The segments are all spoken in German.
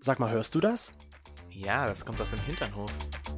Sag mal, hörst du das? Ja, das kommt aus dem Hinternhof.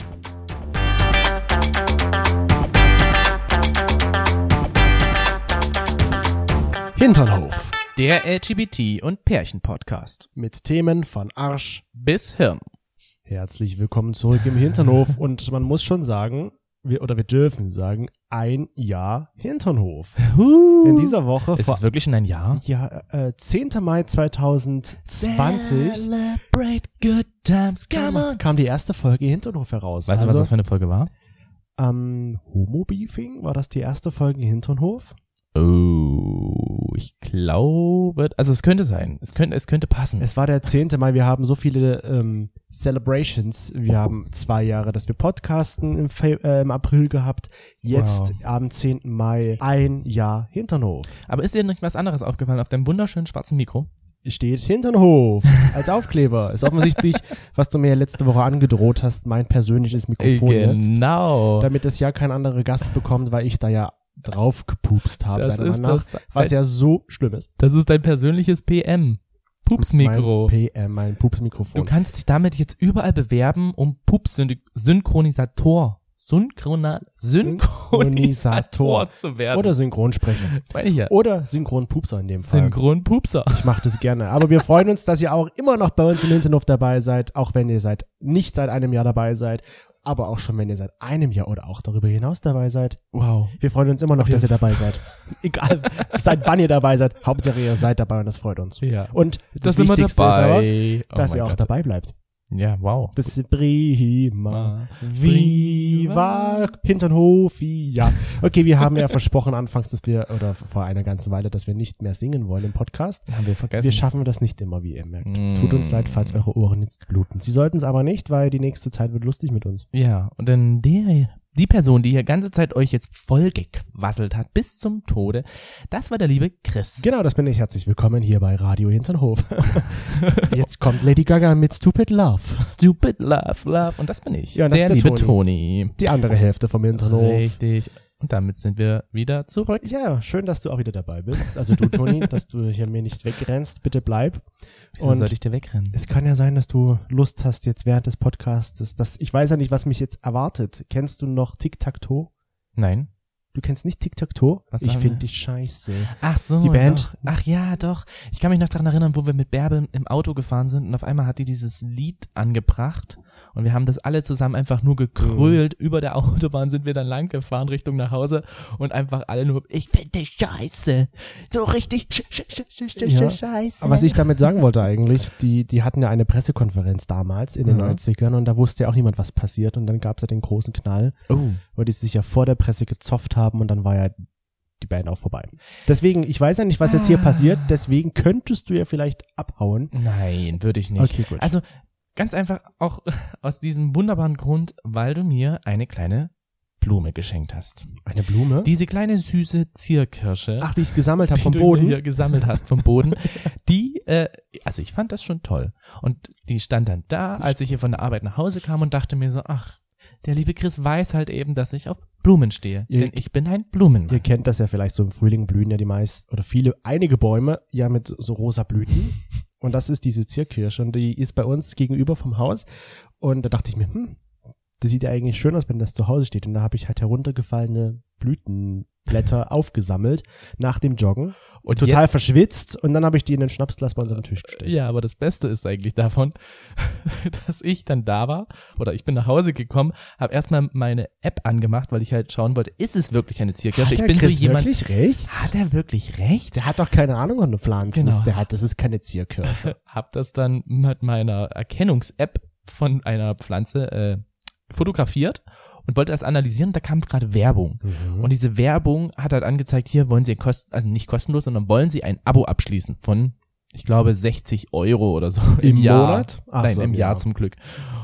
Hinternhof. Der LGBT- und Pärchen-Podcast. Mit Themen von Arsch bis Hirn. Herzlich willkommen zurück im Hinternhof. Und man muss schon sagen, wir dürfen sagen, ein Jahr Hinternhof. In dieser Woche. Ist es wirklich schon ein Jahr? Ja, 10. Mai 2020 Celebrate good times, come on. kam die erste Folge Hinternhof heraus. Weißt du, was das für eine Folge war? Homo-Beefing, war das die erste Folge Hinternhof? Oh, ich glaube, also es könnte sein. Es könnte passen. Es war der 10. Mai, wir haben so viele Celebrations. Wir haben 2 Jahre, dass wir podcasten im April gehabt. Jetzt am 10. Mai ein Jahr Hinternhof. Aber ist dir noch was anderes aufgefallen auf deinem wunderschönen schwarzen Mikro? Steht Hinternhof als Aufkleber. Ist offensichtlich, was du mir letzte Woche angedroht hast, mein persönliches Mikrofon Genau. Jetzt. Damit es ja kein anderer Gast bekommt, weil ich da ja drauf gepupst habe, das ist das, was ja so schlimm ist. Das ist dein persönliches PM. Pupsmikro. Mein Pupsmikrofon. Du kannst dich damit jetzt überall bewerben, um Synchronisisator zu werden. Oder Synchronsprecher. Meine ich ja. Oder Synchronpupser in dem Fall. Synchronpupser. Ich mache das gerne. Aber wir freuen uns, dass ihr auch immer noch bei uns im Hinternhof dabei seid, auch wenn ihr nicht seit einem Jahr dabei seid. Aber auch schon, wenn ihr seit einem Jahr oder auch darüber hinaus dabei seid. Wow. Wir freuen uns immer noch, dass ihr dabei seid. Egal, seit wann ihr dabei seid. Hauptsache ihr seid dabei und das freut uns. Ja. Und das sind wir Wichtigste dabei. ist aber, dass ihr auch dabei bleibt. Ja, wow. Das ist prima. Viva Hinternhof, ja. Okay, wir haben ja versprochen anfangs, oder vor einer ganzen Weile, dass wir nicht mehr singen wollen im Podcast. Haben wir vergessen. Wir schaffen das nicht immer, wie ihr merkt. Tut uns leid, falls eure Ohren jetzt bluten. Sie sollten es aber nicht, weil die nächste Zeit wird lustig mit uns. Ja, und dann die Person, die hier ganze Zeit euch jetzt voll gequasselt hat, bis zum Tode, das war der liebe Chris. Genau, das bin ich. Herzlich willkommen hier bei Radio Hinternhof. Jetzt kommt Lady Gaga mit Stupid Love. Stupid Love. Und das bin ich. Ja, das der ist liebe Toni. Die andere Hälfte vom Hinternhof. Richtig. Und damit sind wir wieder zurück. Ja, schön, dass du auch wieder dabei bist. Also du, Toni, dass du hier mir nicht wegrennst. Bitte bleib. Wieso sollte ich dir wegrennen? Es kann ja sein, dass du Lust hast jetzt während des Podcasts. Ich weiß ja nicht, was mich jetzt erwartet. Kennst du noch Tic-Tac-Toe? Nein. Du kennst nicht Tic-Tac-Toe? Ich finde die scheiße. Ach so. Die Band? Doch. Ach ja, doch. Ich kann mich noch daran erinnern, wo wir mit Bärbel im Auto gefahren sind und auf einmal hat die dieses Lied angebracht und wir haben das alle zusammen einfach nur gekrölt. Über der Autobahn sind wir dann lang gefahren Richtung nach Hause und einfach alle nur, ich finde scheiße. So richtig scheiße. Aber was ich damit sagen wollte eigentlich, die hatten ja eine Pressekonferenz damals in den 90ern und da wusste ja auch niemand, was passiert und dann gab es ja den großen Knall, weil die sich ja vor der Presse gezopft haben und dann war ja die Band auch vorbei. Deswegen, ich weiß ja nicht, was jetzt hier passiert, deswegen könntest du ja vielleicht abhauen. Nein, würde ich nicht. Okay, gut. Also ganz einfach auch aus diesem wunderbaren Grund, weil du mir eine kleine Blume geschenkt hast. Eine Blume? Diese kleine süße Zierkirsche. Ach, die ich gesammelt habe vom Die Boden. du hier gesammelt hast vom Boden. Also ich fand das schon toll. Und die stand dann da, als ich hier von der Arbeit nach Hause kam und dachte mir so, ach, der liebe Chris weiß halt eben, dass ich auf Blumen stehe. Denn ich bin ein Blumenmann. Ihr kennt das ja vielleicht, so im Frühling blühen ja einige Bäume ja mit so rosa Blüten. Und das ist diese Zierkirsche und die ist bei uns gegenüber vom Haus. Und da dachte ich mir, das sieht ja eigentlich schön aus, wenn das zu Hause steht. Und da habe ich halt heruntergefallene Blütenblätter aufgesammelt nach dem Joggen und total verschwitzt. Und dann habe ich die in den Schnapsglas bei unserem Tisch gestellt. Ja, aber das Beste ist eigentlich davon, dass ich dann da war oder ich bin nach Hause gekommen, habe erstmal meine App angemacht, weil ich halt schauen wollte, ist es wirklich eine Zierkirsche? Hat der Chris wirklich recht? Hat er wirklich recht? Der hat doch keine Ahnung von den Pflanzen. Genau. Das ist keine Zierkirsche. Hab das dann mit meiner Erkennungs-App von einer Pflanze fotografiert und wollte das analysieren. Da kam gerade Werbung. Und diese Werbung hat halt angezeigt, hier wollen sie nicht kostenlos, sondern wollen sie ein Abo abschließen von, ich glaube, 60 € oder so im Jahr. Monat? Nein, im Jahr zum Glück.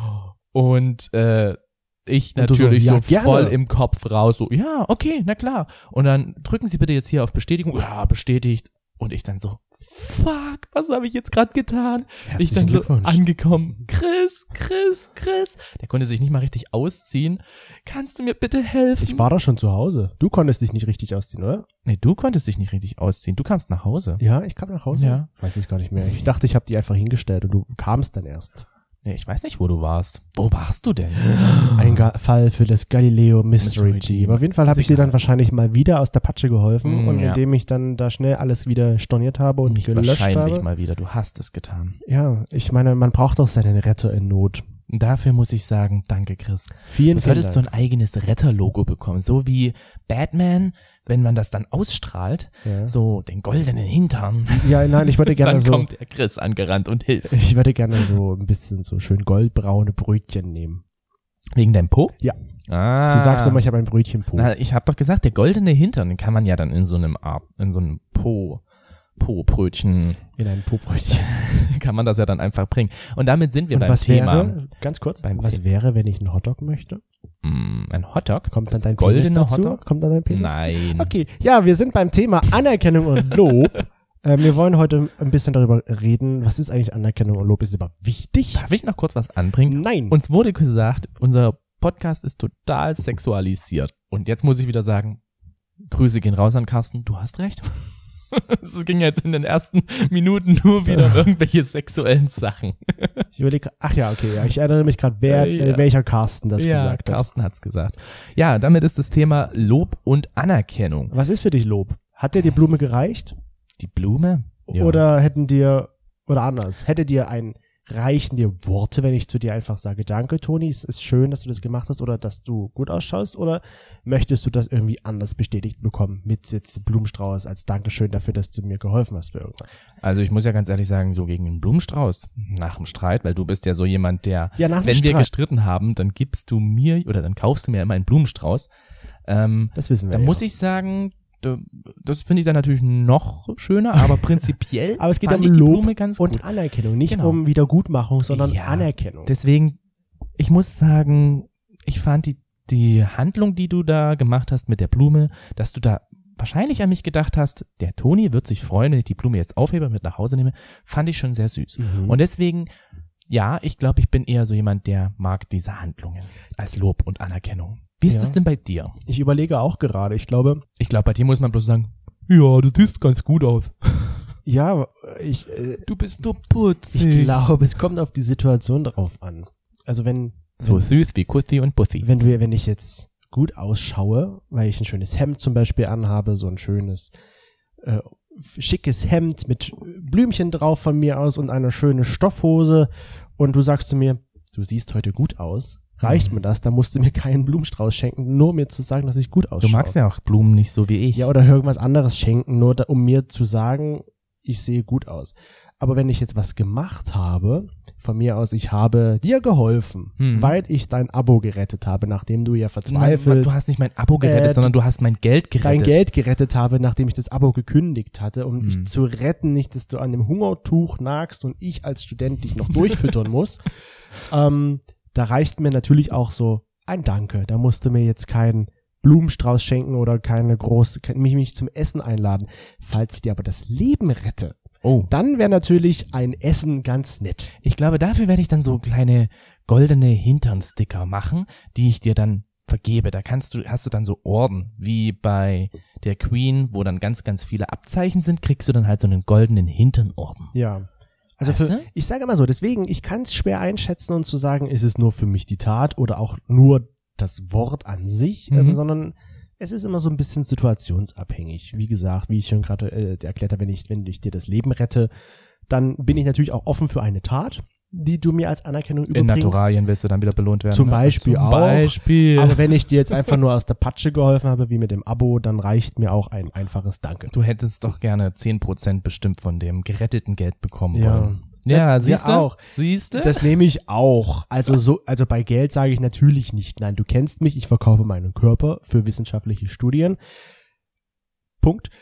Und ich natürlich so voll im Kopf raus, so, ja, okay, na klar. Und dann drücken Sie bitte jetzt hier auf Bestätigung. Ja, bestätigt. Und ich dann so, fuck, was habe ich jetzt gerade getan? Ich Herzlichen dann so Glückwunsch. angekommen, Chris. Der konnte sich nicht mal richtig ausziehen. Kannst du mir bitte helfen? Ich war doch schon zu Hause. Du konntest dich nicht richtig ausziehen, oder? Nee, du konntest dich nicht richtig ausziehen. Du kamst nach Hause. Ja, ich kam nach Hause. Ja. Weiß es gar nicht mehr. Ich dachte, ich habe die einfach hingestellt und du kamst dann erst. Nee, ich weiß nicht, wo du warst. Wo warst du denn? Ein Fall für das Galileo Mystery Team. Auf jeden Fall habe ich dir dann Sicher. wahrscheinlich mal wieder aus der Patsche geholfen und Ja. indem ich dann da schnell alles wieder storniert habe und Nicht gelöscht wahrscheinlich habe. mal wieder. Du hast es getan. Ja, ich meine, man braucht doch seinen Retter in Not. Und dafür muss ich sagen, danke, Chris. Vielen, Du vielen solltest so Dank. ein eigenes Retterlogo bekommen. So wie Batman, wenn man das dann ausstrahlt, Ja. so den goldenen Hintern. Ja, nein, ich würde gerne Dann so, kommt der Chris angerannt und hilft. ich würde gerne so ein bisschen so schön goldbraune Brötchen nehmen. Wegen deinem Po? Ja. Ah. Du sagst immer, ich habe ein Brötchenpo. Na, ich habe doch gesagt, der goldene Hintern, den kann man ja dann in so einem Po-Brötchen, In ein Po-Brötchen. kann man das ja dann einfach bringen. Und damit sind wir Und beim was Thema. wäre, ganz kurz, Beim was Thema. wäre, wenn ich einen Hotdog möchte? Ein Hotdog? Kommt dann Das dein Penis goldene dazu? Hotdog? Kommt dann dein Penis? Nein. Okay, ja, wir sind beim Thema Anerkennung und Lob. Wir wollen heute ein bisschen darüber reden, was ist eigentlich Anerkennung und Lob? Ist es überhaupt wichtig? Darf ich noch kurz was anbringen? Nein. Uns wurde gesagt, unser Podcast ist total sexualisiert. Und jetzt muss ich wieder sagen, Grüße gehen raus an Carsten, du hast recht. Es ging jetzt in den ersten Minuten nur wieder um irgendwelche sexuellen Sachen. Ich überlege, ach ja, okay, ja, ich erinnere mich gerade, welcher Carsten das gesagt hat. Carsten hat's gesagt. Ja, damit ist das Thema Lob und Anerkennung. Was ist für dich Lob? Hat dir die Blume gereicht? Die Blume? Ja. Oder hätte dir reichen dir Worte, wenn ich zu dir einfach sage, danke Toni, es ist schön, dass du das gemacht hast oder dass du gut ausschaust, oder möchtest du das irgendwie anders bestätigt bekommen mit jetzt Blumenstrauß als Dankeschön dafür, dass du mir geholfen hast für irgendwas? Also ich muss ja ganz ehrlich sagen, so gegen einen Blumenstrauß nach dem Streit, weil du bist ja so jemand, der, Ja, nach dem wenn wir Streit. gestritten haben, dann gibst du mir oder dann kaufst du mir immer einen Blumenstrauß. Das wissen wir. Da muss ich sagen, das finde ich dann natürlich noch schöner, aber prinzipiell Aber es geht fand um ich die Lob Blume ganz und gut. Anerkennung, nicht Genau. um Wiedergutmachung, sondern Ja. Anerkennung. Deswegen, ich muss sagen, ich fand die Handlung, die du da gemacht hast mit der Blume, dass du da wahrscheinlich an mich gedacht hast, der Toni wird sich freuen, wenn ich die Blume jetzt aufhebe und mit nach Hause nehme, fand ich schon sehr süß. Mhm. Und deswegen, ja, ich glaube, ich bin eher so jemand, der mag diese Handlungen als Lob und Anerkennung. Wie ist Ja. es denn bei dir? Ich überlege auch gerade, ich glaube, Ich glaube, bei dir muss man bloß sagen, ja, du siehst ganz gut aus. ja, Du bist so putzig. ich glaube, es kommt auf die Situation drauf an. Also wenn Süß wie Kussi und Bussi. wenn ich jetzt gut ausschaue, weil ich ein schönes Hemd zum Beispiel anhabe, so ein schönes, schickes Hemd mit Blümchen drauf von mir aus und eine schöne Stoffhose und du sagst zu mir, du siehst heute gut aus, reicht mir das, dann musst du mir keinen Blumenstrauß schenken, nur um mir zu sagen, dass ich gut ausschaue. Du magst ja auch Blumen nicht so wie ich. Ja, oder irgendwas anderes schenken, nur um mir zu sagen, ich sehe gut aus. Aber wenn ich jetzt was gemacht habe, von mir aus, ich habe dir geholfen, weil ich dein Abo gerettet habe, nachdem du ja verzweifelt Du hast nicht mein Abo gerettet, sondern du hast mein Geld gerettet. dein Geld gerettet habe, nachdem ich das Abo gekündigt hatte, um Hm. dich zu retten, nicht, dass du an dem Hungertuch nagst und ich als Student dich noch durchfüttern muss. Da reicht mir natürlich auch so ein Danke. Da musst du mir jetzt keinen Blumenstrauß schenken oder mich nicht zum Essen einladen. Falls ich dir aber das Leben rette, Oh, dann wäre natürlich ein Essen ganz nett. ich glaube, dafür werde ich dann so kleine goldene Hinternsticker machen, die ich dir dann vergebe. Da hast du dann so Orden, wie bei der Queen, wo dann ganz, ganz viele Abzeichen sind, kriegst du dann halt so einen goldenen Hinternorden. Ja. Also Weißt du? ich sage immer so, deswegen, ich kann es schwer einschätzen und zu sagen, ist es nur für mich die Tat oder auch nur das Wort an sich, sondern es ist immer so ein bisschen situationsabhängig. Wie gesagt, wie ich schon gerade erklärt habe, wenn ich dir das Leben rette, dann bin ich natürlich auch offen für eine Tat, die du mir als Anerkennung In überbringst. Naturalien wirst du dann wieder belohnt werden. Zum ne? Beispiel Zum auch. Beispiel. Aber wenn ich dir jetzt einfach nur aus der Patsche geholfen habe, wie mit dem Abo, dann reicht mir auch ein einfaches Danke. Du hättest doch gerne 10% bestimmt von dem geretteten Geld bekommen Ja. wollen. Ja, siehst du? auch. Siehst du? Das nehme ich auch. Also bei Geld sage ich natürlich nicht. Nein, du kennst mich, ich verkaufe meinen Körper für wissenschaftliche Studien. Punkt.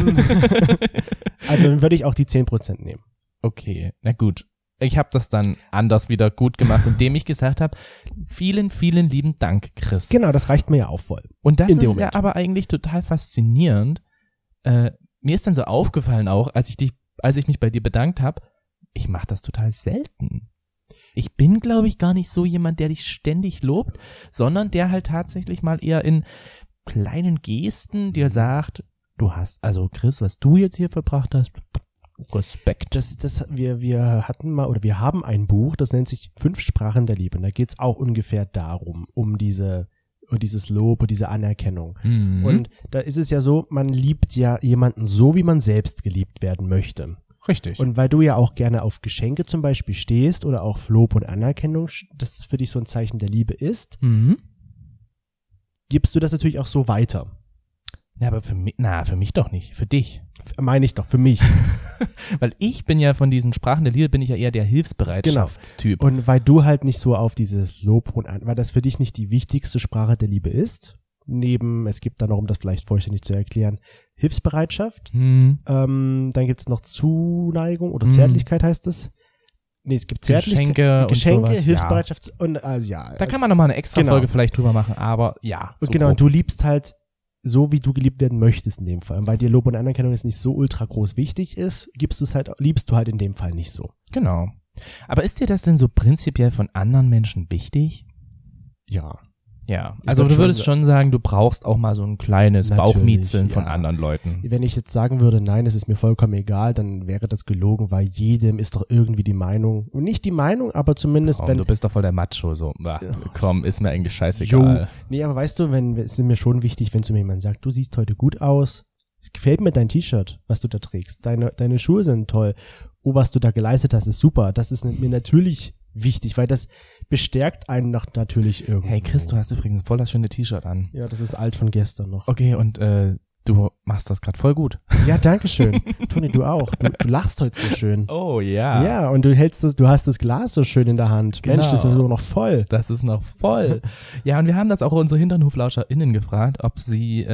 Also dann würde ich auch die 10% nehmen. Okay, na gut. Ich habe das dann anders wieder gut gemacht, indem ich gesagt habe, vielen, vielen lieben Dank, Chris. Genau, das reicht mir ja auch voll. Und das in dem ist ja Moment. aber eigentlich total faszinierend. mir ist dann so aufgefallen auch, als ich mich bei dir bedankt habe, ich mache das total selten. Ich bin, glaube ich, gar nicht so jemand, der dich ständig lobt, sondern der halt tatsächlich mal eher in kleinen Gesten dir sagt, du hast, also Chris, was du jetzt hier verbracht hast, Respekt. Wir haben ein Buch, das nennt sich 5 Sprachen der Liebe. Und da geht's auch ungefähr darum, um dieses Lob und diese Anerkennung. Mhm. Und da ist es ja so, man liebt ja jemanden so, wie man selbst geliebt werden möchte. Richtig. Und weil du ja auch gerne auf Geschenke zum Beispiel stehst oder auch Lob und Anerkennung, dass es für dich so ein Zeichen der Liebe ist, gibst du das natürlich auch so weiter. Ja, aber für mich doch nicht, für dich. Meine ich doch, für mich. Weil ich bin ja von diesen Sprachen der Liebe, bin ich ja eher der Hilfsbereitschaftstyp. Genau. Und weil du halt nicht so auf dieses Lob und weil das für dich nicht die wichtigste Sprache der Liebe ist, es gibt dann noch, um das vielleicht vollständig zu erklären, Hilfsbereitschaft, dann gibt's noch Zuneigung oder Zärtlichkeit heißt es. Nee, es gibt Geschenke und sowas, Hilfsbereitschaft und ja. Da kann man nochmal eine extra Folge vielleicht drüber machen, aber ja. So genau, und du liebst halt so, wie du geliebt werden möchtest in dem Fall. Und weil dir Lob und Anerkennung jetzt nicht so ultra groß wichtig ist, liebst du halt in dem Fall nicht so. Genau. Aber ist dir das denn so prinzipiell von anderen Menschen wichtig? Ja. Ja, also du würdest schon sagen, du brauchst auch mal so ein kleines Bauchmiezeln von anderen Leuten. Wenn ich jetzt sagen würde, nein, es ist mir vollkommen egal, dann wäre das gelogen, weil jedem ist doch irgendwie die Meinung, nicht die Meinung, aber zumindest du bist doch voll der Macho, so, komm, ist mir eigentlich scheißegal. Nee, aber weißt du, es ist mir schon wichtig, wenn zu mir jemand sagt, du siehst heute gut aus, es gefällt mir dein T-Shirt, was du da trägst, deine Schuhe sind toll, was du da geleistet hast, ist super, das ist mir natürlich wichtig, weil das bestärkt einen natürlich irgendwie. Hey Chris, du hast übrigens voll das schöne T-Shirt an. Ja, das ist alt von gestern noch. Okay, und du machst das gerade voll gut. Ja, danke schön. Toni, du auch. Du lachst heute so schön. Oh ja. Ja, und du hast das Glas so schön in der Hand. Genau. Mensch, das ist noch voll. Das ist noch voll. Ja, und wir haben das auch unsere HinternhoflauscherInnen gefragt, ob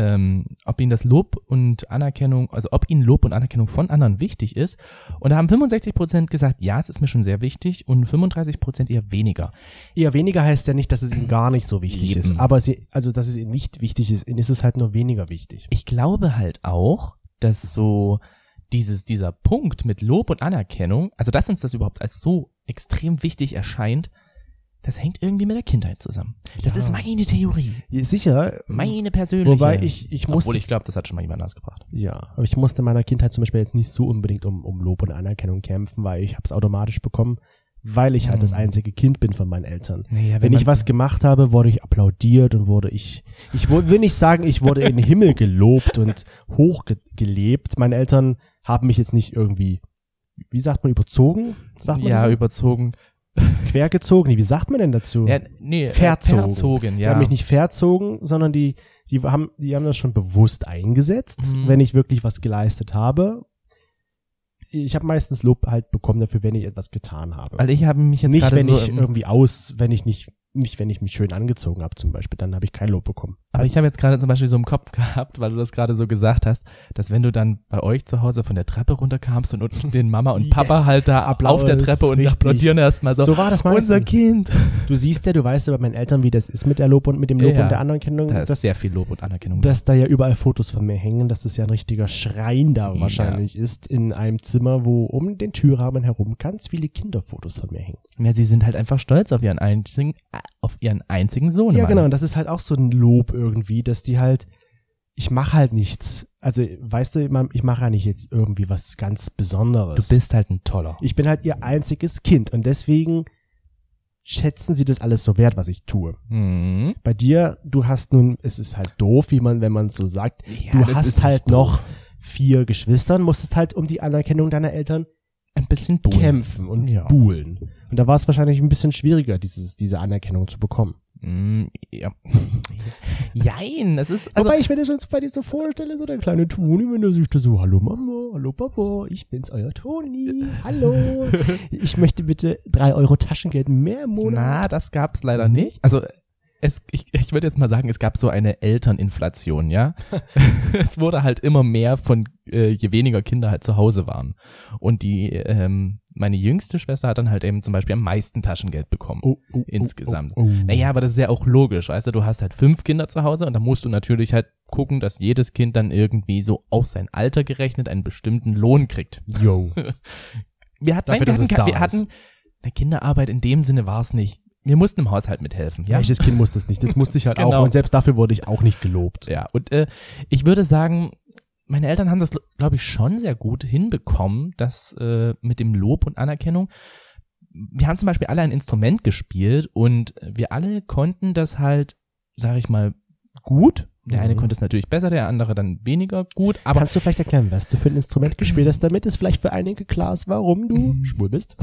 ihnen das Lob und Anerkennung, also ob ihnen Lob und Anerkennung von anderen wichtig ist. Und da haben 65% gesagt, ja, es ist mir schon sehr wichtig und 35% eher weniger. Eher weniger heißt ja nicht, dass es ihnen gar nicht so wichtig ist. Aber dass es ihnen nicht wichtig ist, ihnen ist es halt nur weniger wichtig. Ich glaube halt auch, dass so dieser Punkt mit Lob und Anerkennung, also dass uns das überhaupt als so extrem wichtig erscheint, das hängt irgendwie mit der Kindheit zusammen. Das ist meine Theorie. Ja, sicher. Meine persönliche. Wobei ich Obwohl ich glaube, das hat schon mal jemand ausgebracht. Ja, aber ich musste in meiner Kindheit zum Beispiel jetzt nicht so unbedingt um Lob und Anerkennung kämpfen, weil ich habe es automatisch bekommen, weil ich halt das einzige Kind bin von meinen Eltern. Naja, wenn ich was gemacht habe, wurde ich applaudiert und will nicht sagen, ich wurde in den Himmel gelobt und hochgelebt. Meine Eltern haben mich jetzt nicht irgendwie, wie sagt man, überzogen? Sagt man so? Überzogen. Quergezogen? Wie sagt man denn dazu? Ja, verzogen, ja. Die haben mich nicht verzogen, sondern die haben das schon bewusst eingesetzt, wenn ich wirklich was geleistet habe. Ich habe meistens Lob halt bekommen dafür, wenn ich etwas getan habe. Weil ich habe mich jetzt nicht, gerade wenn ich irgendwie wenn ich mich schön angezogen habe zum Beispiel, dann habe ich kein Lob bekommen. Aber ich habe jetzt gerade zum Beispiel so im Kopf gehabt, weil du das gerade so gesagt hast, dass wenn du dann bei euch zu Hause von der Treppe runterkamst und unten den Mama und Papa halt da Applaus, auf der Treppe und applaudieren erstmal so. So war das meistens. Unser Kind. Du weißt ja bei meinen Eltern, wie das ist mit der Lob und mit dem Lob und der Anerkennung. Da ist sehr viel Lob und Anerkennung. Dass da ja überall Fotos von mir hängen, dass das ja ein richtiger Schrein da wahrscheinlich ist, in einem Zimmer, wo um den Türrahmen herum ganz viele Kinderfotos von mir hängen. Ja, sie sind halt einfach stolz auf ihren einzigen Sohn. Ja, genau, und das ist halt auch so ein Lob irgendwie, dass die halt, ich mache halt nichts. Also, weißt du, ich mache ja nicht jetzt irgendwie was ganz Besonderes. Du bist halt ein Toller. Ich bin halt ihr einziges Kind und deswegen schätzen sie das alles so wert, was ich tue. Mhm. Bei dir, es ist halt doof, wenn man so sagt, ja, du hast halt noch 4 Geschwister und musstest halt um die Anerkennung deiner Eltern ein bisschen kämpfen und buhlen. Und da war es wahrscheinlich ein bisschen schwieriger, diese Anerkennung zu bekommen. Ja. Jein, es ist, also. Wobei ich mir das schon bei dir so vorstelle, so der kleine Toni, wenn der sich da so, hallo Mama, hallo Papa, ich bin's, euer Toni, hallo. Ich möchte bitte 3 Euro Taschengeld mehr im Monat. Na, das gab's leider nicht. Also, ich würde jetzt mal sagen, es gab so eine Elterninflation, ja. Es wurde halt immer mehr von, je weniger Kinder halt zu Hause waren. Und meine jüngste Schwester hat dann halt eben zum Beispiel am meisten Taschengeld bekommen. Insgesamt. Naja, aber das ist ja auch logisch, weißt du hast halt 5 Kinder zu Hause und da musst du natürlich halt gucken, dass jedes Kind dann irgendwie so auf sein Alter gerechnet einen bestimmten Lohn kriegt. Yo. Wir hatten eine Kinderarbeit in dem Sinne war es nicht. Wir mussten im Haushalt mithelfen. Ja? Welches Kind muss das nicht? Das musste ich halt Genau. auch. Und selbst dafür wurde ich auch nicht gelobt. Ja, und ich würde sagen, meine Eltern haben das, glaube ich, schon sehr gut hinbekommen, das mit dem Lob und Anerkennung. Wir haben zum Beispiel alle ein Instrument gespielt und wir alle konnten das halt, sage ich mal, gut. Der eine konnte es natürlich besser, der andere dann weniger gut. Aber kannst du vielleicht erklären, was du für ein Instrument gespielt hast, damit es vielleicht für einige klar ist, warum du schwul bist?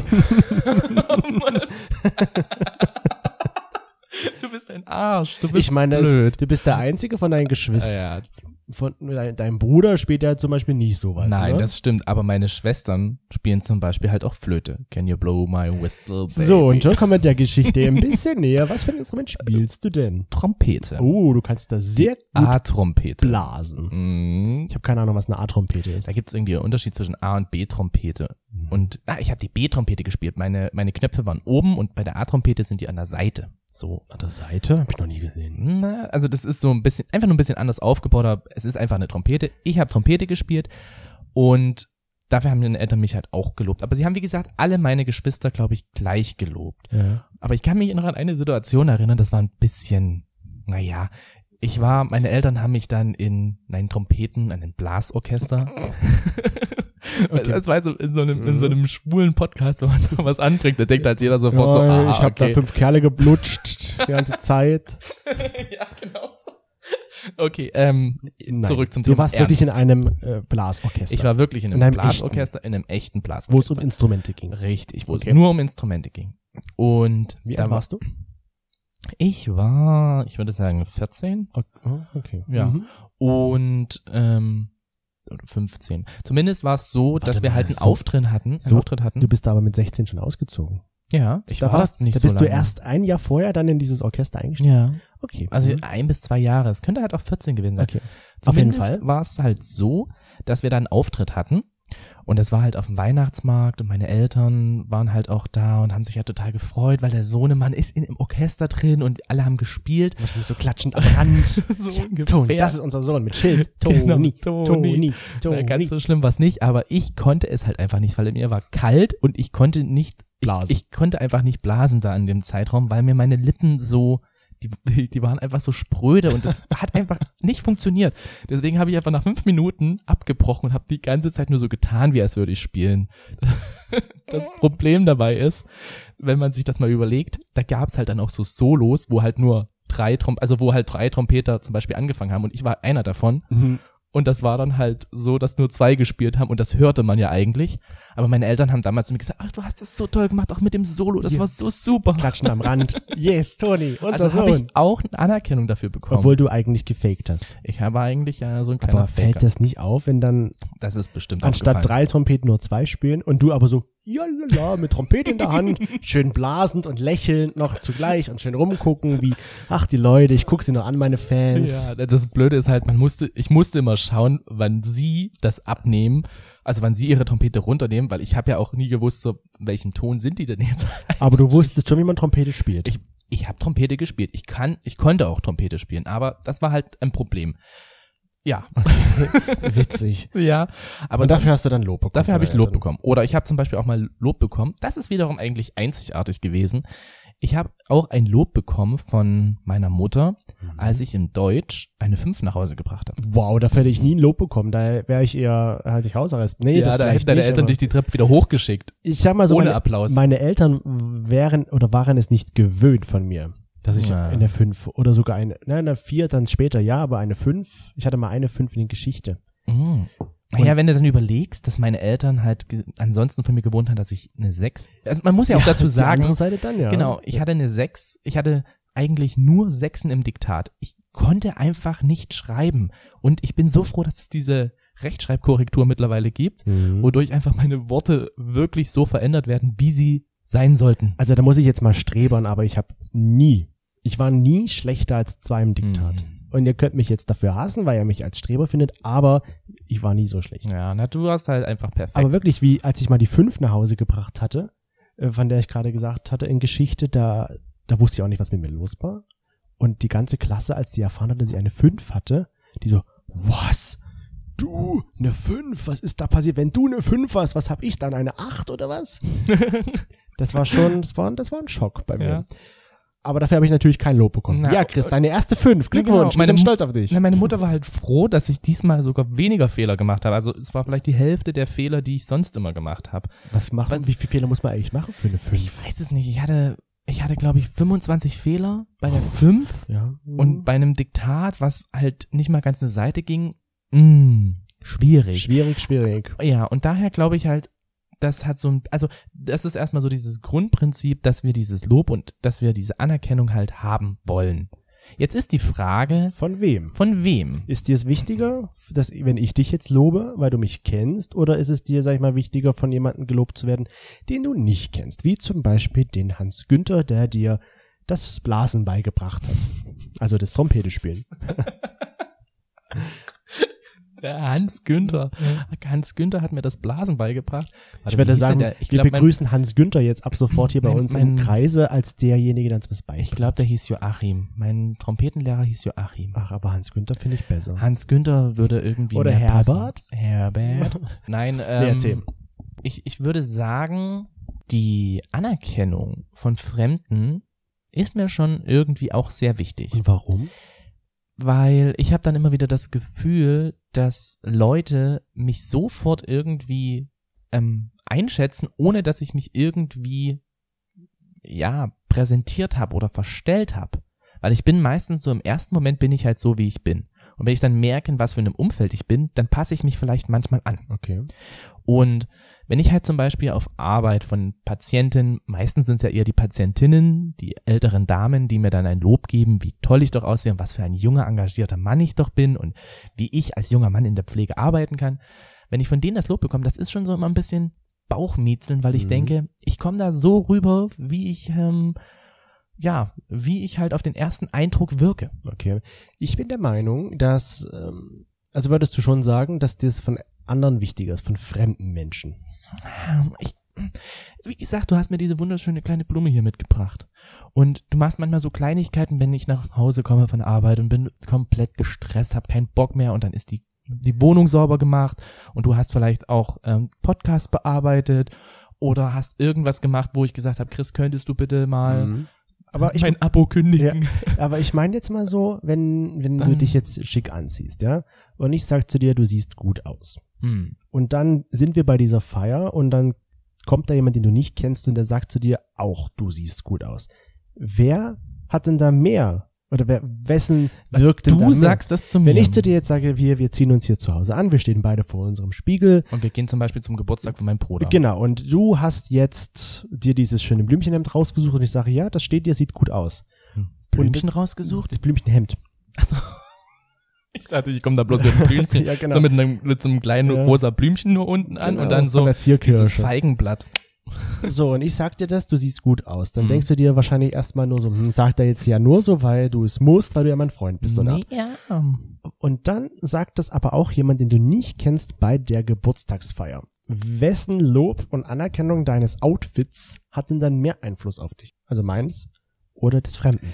Du bist ein Arsch. Du bist ich meine, blöd. du bist der Einzige von deinen Geschwistern. Ja. Dein Bruder spielt ja zum Beispiel nicht sowas. Nein, ne? das stimmt. Aber meine Schwestern spielen zum Beispiel halt auch Flöte. Can you blow my whistle, baby? So, und schon kommen wir der Geschichte ein bisschen näher. Was für ein Instrument spielst du denn? Trompete. Oh, du kannst da sehr gut A-Trompete. blasen. Mhm. Ich habe keine Ahnung, was eine A-Trompete ist. Da gibt's irgendwie einen Unterschied zwischen A- und B-Trompete. Und ich habe die B-Trompete gespielt. Meine Knöpfe waren oben und bei der A-Trompete sind die an der Seite. So. An der Seite? Hab ich noch nie gesehen. Na, also das ist so ein bisschen, einfach nur ein bisschen anders aufgebaut, aber es ist einfach eine Trompete. Ich habe Trompete gespielt und dafür haben meine Eltern mich halt auch gelobt. Aber sie haben, wie gesagt, alle meine Geschwister, glaube ich, gleich gelobt. Ja. Aber ich kann mich noch an eine Situation erinnern, das war ein bisschen, naja, meine Eltern haben mich dann in einen Trompeten, einen Blasorchester. Okay. Das weißt du, in so einem schwulen Podcast, wenn man so was anbringt, da denkt halt jeder sofort so, ich habe okay. da 5 Kerle geblutscht die ganze Zeit. Ja, genau so. Okay, Nein, zurück zum Thema Du warst wirklich in einem Blasorchester. Ich war wirklich in einem Blasorchester, in einem echten Blasorchester. Wo es um Instrumente ging. Richtig, wo Okay. es nur um Instrumente ging. Und Wie da alt warst du? Ich würde sagen 14. Okay. Ja. Mhm. Und oder 15. Zumindest war es so, dass wir mal, halt einen so- Auftritt hatten. Du bist da aber mit 16 schon ausgezogen. Ja, Da bist du erst ein Jahr vorher dann in dieses Orchester eingestiegen. Ja, Okay. also 1 bis 2 Jahre. Es könnte halt auch 14 gewesen sein. Okay. Auf jeden Zumindest Fall. war es halt so, dass wir da einen Auftritt hatten. Und das war halt auf dem Weihnachtsmarkt und meine Eltern waren halt auch da und haben sich halt total gefreut, weil der Sohnemann ist im Orchester drin und alle haben gespielt. Wahrscheinlich so klatschend am Rand. So ungefähr. Toni, das ist unser Sohn mit Schild. Genau, Toni. Na, ganz so schlimm war es nicht, aber ich konnte es halt einfach nicht, weil mir war kalt und ich konnte nicht Blasen. Ich konnte einfach nicht blasen da in dem Zeitraum, weil mir meine Lippen so, die waren einfach so spröde und das hat einfach nicht funktioniert. Deswegen habe ich einfach nach 5 Minuten abgebrochen und habe die ganze Zeit nur so getan, wie als würde ich spielen. Das Problem dabei ist, wenn man sich das mal überlegt, da gab es halt dann auch so Solos, wo halt nur 3 Trompeter zum Beispiel angefangen haben und ich war einer davon. Mhm. Und das war dann halt so, dass nur 2 gespielt haben und das hörte man ja eigentlich. Aber meine Eltern haben damals zu mir gesagt, ach, du hast das so toll gemacht, auch mit dem Solo, das war so super. Klatschend am Rand. Yes, Toni, unser Also habe Sohn. ich auch eine Anerkennung dafür bekommen. Obwohl du eigentlich gefaked hast. Ich habe eigentlich ja so ein kleiner Aber fällt Faker. das nicht auf, wenn dann Das ist bestimmt anstatt aufgefallen. 3 Trompeten nur 2 spielen und du aber so, jalala, mit Trompete in der Hand, schön blasend und lächelnd noch zugleich und schön rumgucken, wie, ach, die Leute, ich guck sie noch an, meine Fans. Ja, das Blöde ist halt, ich musste immer schauen, wann sie das abnehmen, also wann sie ihre Trompete runternehmen, weil ich habe ja auch nie gewusst, so, welchen Ton sind die denn jetzt? Aber du wusstest schon, wie man Trompete spielt. Ich habe Trompete gespielt. Ich konnte auch Trompete spielen, aber das war halt ein Problem. Ja. Witzig. Ja. Aber Und dafür sonst- hast du dann Lob bekommen. Dafür habe ich von Lob deinen Eltern. bekommen. Oder ich habe zum Beispiel auch mal Lob bekommen. Das ist wiederum eigentlich einzigartig gewesen. Ich habe auch ein Lob bekommen von meiner Mutter, als ich in Deutsch eine 5 nach Hause gebracht habe. Wow, dafür hätte ich nie ein Lob bekommen. Da wäre ich eher, halt ich Hausarrest. Nee, das da vielleicht hätten deine nicht, Eltern aber dich die Treppe wieder hochgeschickt. ich sag mal so, ohne Applaus. Meine Eltern waren es nicht gewöhnt von mir, dass ich Ja. in der 5 oder sogar in der 4 dann später, ja, aber eine 5, ich hatte mal eine 5 in der Geschichte. Mhm. Naja, wenn du dann überlegst, dass meine Eltern halt ansonsten von mir gewohnt haben, dass ich eine 6, also man muss ja auch dazu Die sagen, andere Seite dann, ja. genau, ich hatte eine 6, ich hatte eigentlich nur 6 im Diktat. Ich konnte einfach nicht schreiben und ich bin so froh, dass es diese Rechtschreibkorrektur mittlerweile gibt, Mhm. wodurch einfach meine Worte wirklich so verändert werden, wie sie sein sollten. Also da muss ich jetzt mal strebern, aber ich war nie schlechter als 2 im Diktat. Mhm. Und ihr könnt mich jetzt dafür hassen, weil ihr mich als Streber findet, aber ich war nie so schlecht. Ja, na, du warst halt einfach perfekt. Aber wirklich, wie als ich mal die 5 nach Hause gebracht hatte, von der ich gerade gesagt hatte in Geschichte, da wusste ich auch nicht, was mit mir los war. Und die ganze Klasse, als die erfahren hat, dass ich eine 5 hatte, Die so, was? Du, eine 5? Was ist da passiert? Wenn du eine 5 hast, was hab ich dann? Eine 8 oder was? Das war ein Schock bei mir. Ja. Aber dafür habe ich natürlich kein Lob bekommen. Na, ja, Chris, deine erste 5. Glückwunsch, wir sind stolz auf dich. Meine Mutter war halt froh, dass ich diesmal sogar weniger Fehler gemacht habe. Also es war vielleicht die Hälfte der Fehler, die ich sonst immer gemacht habe. Wie viele Fehler muss man eigentlich machen für eine 5? Ich weiß es nicht. Ich hatte glaube ich 25 Fehler bei der 5 Ja. und bei einem Diktat, was halt nicht mal ganz eine Seite ging. Schwierig. Schwierig. Ja, und daher glaube ich halt, das ist erstmal so dieses Grundprinzip, dass wir dieses Lob und dass wir diese Anerkennung halt haben wollen. Jetzt ist die Frage, Von wem? von wem? Ist dir es wichtiger, dass, wenn ich dich jetzt lobe, weil du mich kennst, oder ist es dir, sag ich mal, wichtiger, von jemandem gelobt zu werden, den du nicht kennst? Wie zum Beispiel den Hans Günther, der dir das Blasen beigebracht hat. Also das Trompete spielen. Der Hans Günther. Hans Günther hat mir das Blasen beigebracht. Ich würde sagen, wir begrüßen Hans Günther jetzt ab sofort hier bei uns im Kreise als derjenige, der uns was beigebracht hat. Ich glaube, der hieß Joachim. Mein Trompetenlehrer hieß Joachim. Ach, aber Hans Günther finde ich besser. Hans Günther würde irgendwie Oder mehr Herbert? passen. Herbert. Nein, erzähl. Ich würde sagen, die Anerkennung von Fremden ist mir schon irgendwie auch sehr wichtig. Und warum? Weil ich habe dann immer wieder das Gefühl, dass Leute mich sofort irgendwie einschätzen, ohne dass ich mich irgendwie präsentiert habe oder verstellt habe. Weil ich bin meistens so, im ersten Moment bin ich halt so, wie ich bin. Und wenn ich dann merke, in was für einem Umfeld ich bin, dann passe ich mich vielleicht manchmal an. Okay. Und wenn ich halt zum Beispiel auf Arbeit von Patientinnen, meistens sind es ja eher die Patientinnen, die älteren Damen, die mir dann ein Lob geben, wie toll ich doch aussehe und was für ein junger, engagierter Mann ich doch bin und wie ich als junger Mann in der Pflege arbeiten kann. Wenn ich von denen das Lob bekomme, das ist schon so immer ein bisschen Bauchmiezeln, weil ich denke, ich komme da so rüber, wie ich halt auf den ersten Eindruck wirke. Okay. Ich bin der Meinung, dass, also würdest du schon sagen, dass das von anderen wichtiger ist, von fremden Menschen? Wie gesagt, du hast mir diese wunderschöne kleine Blume hier mitgebracht. Und du machst manchmal so Kleinigkeiten, wenn ich nach Hause komme von der Arbeit und bin komplett gestresst, hab keinen Bock mehr und dann ist die Wohnung sauber gemacht und du hast vielleicht auch Podcast bearbeitet oder hast irgendwas gemacht, wo ich gesagt habe, Chris, könntest du bitte mal mein Abo kündigen? Ja, aber ich meine jetzt mal so, wenn du dich jetzt schick anziehst, ja, und ich sag zu dir, du siehst gut aus. Und dann sind wir bei dieser Feier und dann kommt da jemand, den du nicht kennst und der sagt zu dir auch, du siehst gut aus. Wer hat denn da mehr? Oder wessen wirkt denn da mehr? Du sagst das zu mir. Wenn ich zu dir jetzt sage, wir ziehen uns hier zu Hause an, wir stehen beide vor unserem Spiegel. Und wir gehen zum Beispiel zum Geburtstag von meinem Bruder. Genau, und du hast jetzt dir dieses schöne Blümchenhemd rausgesucht und ich sage, ja, das steht dir, sieht gut aus. Blümchen rausgesucht? Das Blümchenhemd. Achso. Ich dachte, ich komme da bloß mit einem Blümchen, Ja, genau. so mit so einem kleinen rosa Blümchen nur unten an und dann so dieses Feigenblatt. So, und ich sag dir das, du siehst gut aus. Dann denkst du dir wahrscheinlich erstmal nur so, sagt er jetzt ja nur so, weil du es musst, weil du ja mein Freund bist, oder? Ja. Und dann sagt das aber auch jemand, den du nicht kennst bei der Geburtstagsfeier. Wessen Lob und Anerkennung deines Outfits hat denn dann mehr Einfluss auf dich? Also meins oder des Fremden?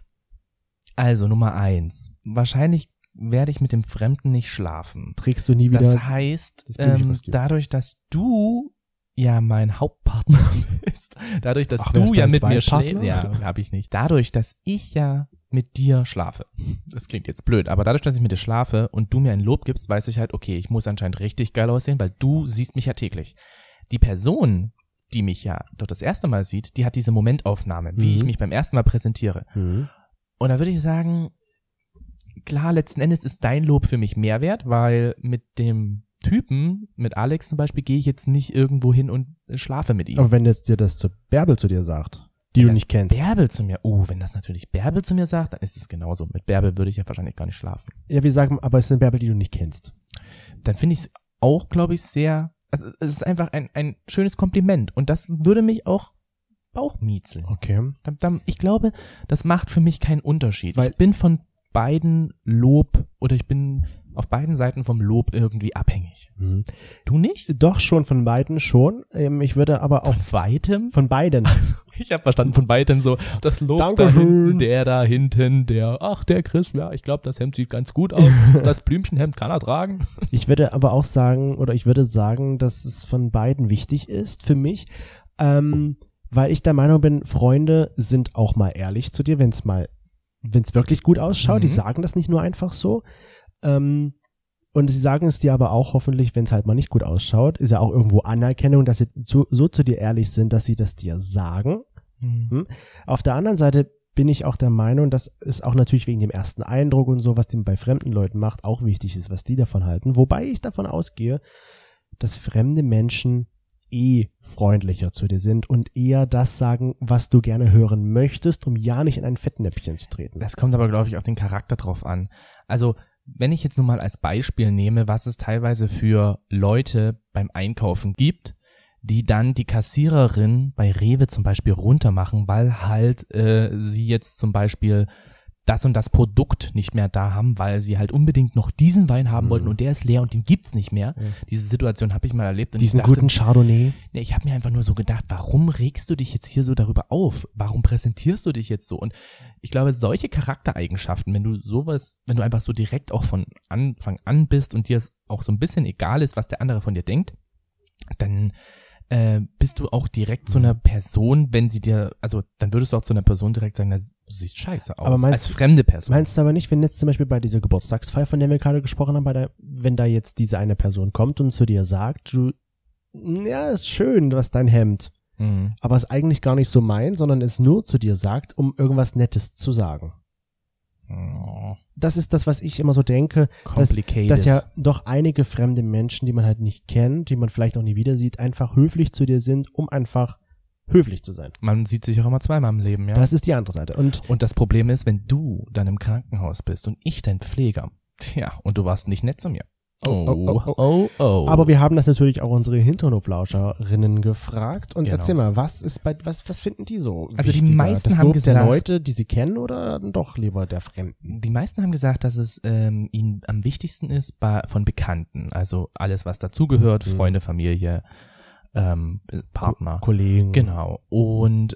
Also Nummer 1. Wahrscheinlich werde ich mit dem Fremden nicht schlafen. Trägst du nie wieder Das heißt, dadurch, dass du ja mein Hauptpartner bist, dadurch, dass du ja mit mir schläfst, habe ich nicht. Dadurch, dass ich ja mit dir schlafe. Das klingt jetzt blöd, aber dadurch, dass ich mit dir schlafe und du mir ein Lob gibst, weiß ich halt, okay, ich muss anscheinend richtig geil aussehen, weil du siehst mich ja täglich. Die Person, die mich ja dort das erste Mal sieht, die hat diese Momentaufnahme, wie ich mich beim ersten Mal präsentiere. Und da würde ich sagen, klar, letzten Endes ist dein Lob für mich mehr wert, weil mit dem Typen, mit Alex zum Beispiel, gehe ich jetzt nicht irgendwo hin und schlafe mit ihm. Aber wenn jetzt dir das Bärbel zu dir sagt, die du nicht kennst. Bärbel zu mir, wenn das natürlich Bärbel zu mir sagt, dann ist es genauso. Mit Bärbel würde ich ja wahrscheinlich gar nicht schlafen. Ja, wir sagen, aber es ist eine Bärbel, die du nicht kennst. Dann finde ich es auch, glaube ich, sehr, also es ist einfach ein schönes Kompliment und das würde mich auch Bauchmiezeln. Okay. Ich glaube, das macht für mich keinen Unterschied. Weil ich bin von beiden Lob oder ich bin auf beiden Seiten vom Lob irgendwie abhängig. Du nicht? Doch, schon von beiden schon. Ich würde aber auch Von weitem? von beiden. Ich habe verstanden, von weitem so, das Lob da Dankeschön. hinten, der hinten, der Chris, ja, ich glaube, das Hemd sieht ganz gut aus, das Blümchenhemd kann er tragen. Ich würde aber auch sagen, dass es von beiden wichtig ist für mich, weil ich der Meinung bin, Freunde sind auch mal ehrlich zu dir, wenn es wirklich gut ausschaut. Die sagen das nicht nur einfach so. Und sie sagen es dir aber auch hoffentlich, wenn es halt mal nicht gut ausschaut, ist ja auch irgendwo Anerkennung, dass sie so zu dir ehrlich sind, dass sie das dir sagen. Auf der anderen Seite bin ich auch der Meinung, dass es auch natürlich wegen dem ersten Eindruck und so, was den bei fremden Leuten macht, auch wichtig ist, was die davon halten. Wobei ich davon ausgehe, dass fremde Menschen freundlicher zu dir sind und eher das sagen, was du gerne hören möchtest, um ja nicht in ein Fettnäpfchen zu treten. Das kommt aber, glaube ich, auf den Charakter drauf an. Also, wenn ich jetzt nur mal als Beispiel nehme, was es teilweise für Leute beim Einkaufen gibt, die dann die Kassiererin bei Rewe zum Beispiel runtermachen, weil halt sie jetzt zum Beispiel das und das Produkt nicht mehr da haben, weil sie halt unbedingt noch diesen Wein haben wollten und der ist leer und den gibt's nicht mehr. Diese Situation habe ich mal erlebt. Und diesen ich dachte, guten Chardonnay. Ich habe mir einfach nur so gedacht, warum regst du dich jetzt hier so darüber auf? Warum präsentierst du dich jetzt so? Und ich glaube, solche Charaktereigenschaften, wenn du einfach so direkt auch von Anfang an bist und dir es auch so ein bisschen egal ist, was der andere von dir denkt, dann bist du auch direkt zu einer Person, wenn sie dir, also dann würdest du auch zu einer Person direkt sagen, du siehst scheiße aus, aber als fremde Person. Meinst du aber nicht, wenn jetzt zum Beispiel bei dieser Geburtstagsfeier, von der wir gerade gesprochen haben, wenn da jetzt diese eine Person kommt und zu dir sagt, ja, ist schön, was dein Hemd, aber es eigentlich gar nicht so meint, sondern es nur zu dir sagt, um irgendwas Nettes zu sagen. Das ist das, was ich immer so denke, dass ja doch einige fremde Menschen, die man halt nicht kennt, die man vielleicht auch nie wieder sieht, einfach höflich zu dir sind, um einfach höflich zu sein. Man sieht sich auch immer zweimal im Leben, ja. Das ist die andere Seite. Und das Problem ist, wenn du dann im Krankenhaus bist und ich dein Pfleger, und du warst nicht nett zu mir. Oh. Aber wir haben das natürlich auch unsere Hinternhoflauscherinnen gefragt und Genau. Erzähl mal, was finden die so Also wichtiger? die meisten das haben Lob gesagt, der Leute, die sie kennen oder doch lieber der Fremden? Die meisten haben gesagt, dass es ihnen am wichtigsten ist von Bekannten, also alles, was dazugehört, Freunde, Familie, Partner. Kollegen. Genau. Und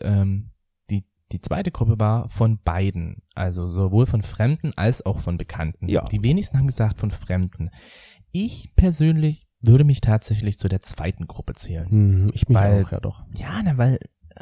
die zweite Gruppe war von beiden, also sowohl von Fremden als auch von Bekannten. Ja. Die wenigsten haben gesagt von Fremden. Ich persönlich würde mich tatsächlich zu der zweiten Gruppe zählen. Ich mich Weil- auch, ja doch. Ja, weil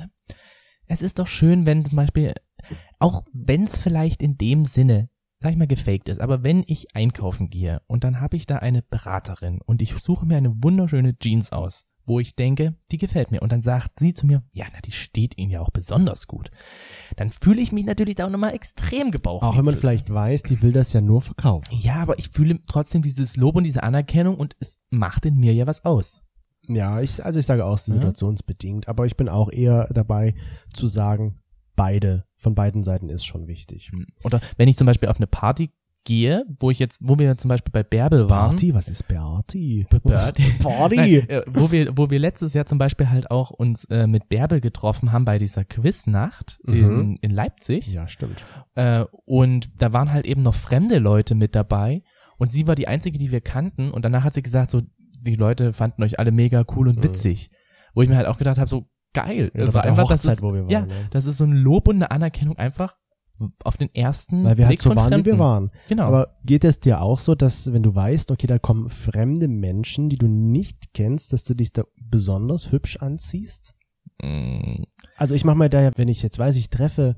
es ist doch schön, wenn zum Beispiel, auch wenn es vielleicht in dem Sinne, sag ich mal, gefaked ist, aber wenn ich einkaufen gehe und dann habe ich da eine Beraterin und ich suche mir eine wunderschöne Jeans aus, wo ich denke, die gefällt mir und dann sagt sie zu mir, ja, die steht Ihnen ja auch besonders gut. Dann fühle ich mich natürlich da auch nochmal extrem gebaucht. Auch wenn man vielleicht weiß, die will das ja nur verkaufen. Ja, aber ich fühle trotzdem dieses Lob und diese Anerkennung und es macht in mir ja was aus. Ja, ich sage auch situationsbedingt, aber ich bin auch eher dabei zu sagen, von beiden Seiten ist schon wichtig. Oder wenn ich zum Beispiel auf eine Party gehe, wo wir zum Beispiel bei Bärbel waren. Party? Was ist Party? Party. Wo wir letztes Jahr zum Beispiel halt auch uns mit Bärbel getroffen haben bei dieser Quiznacht in Leipzig. Ja, stimmt. Und da waren halt eben noch fremde Leute mit dabei und sie war die einzige, die wir kannten und danach hat sie gesagt, so, die Leute fanden euch alle mega cool und witzig. Wo ich mir halt auch gedacht habe, so geil. Ja, Das war bei der einfach, Hochzeit, wo wir waren, ja, ne? das ist so ein Lob und eine Anerkennung einfach auf den ersten Weil wir halt Blick so von waren, Fremden. wie wir waren. Genau. Aber geht es dir auch so, dass wenn du weißt, okay, da kommen fremde Menschen, die du nicht kennst, dass du dich da besonders hübsch anziehst? Also ich mache mal da ja, wenn ich jetzt weiß, ich treffe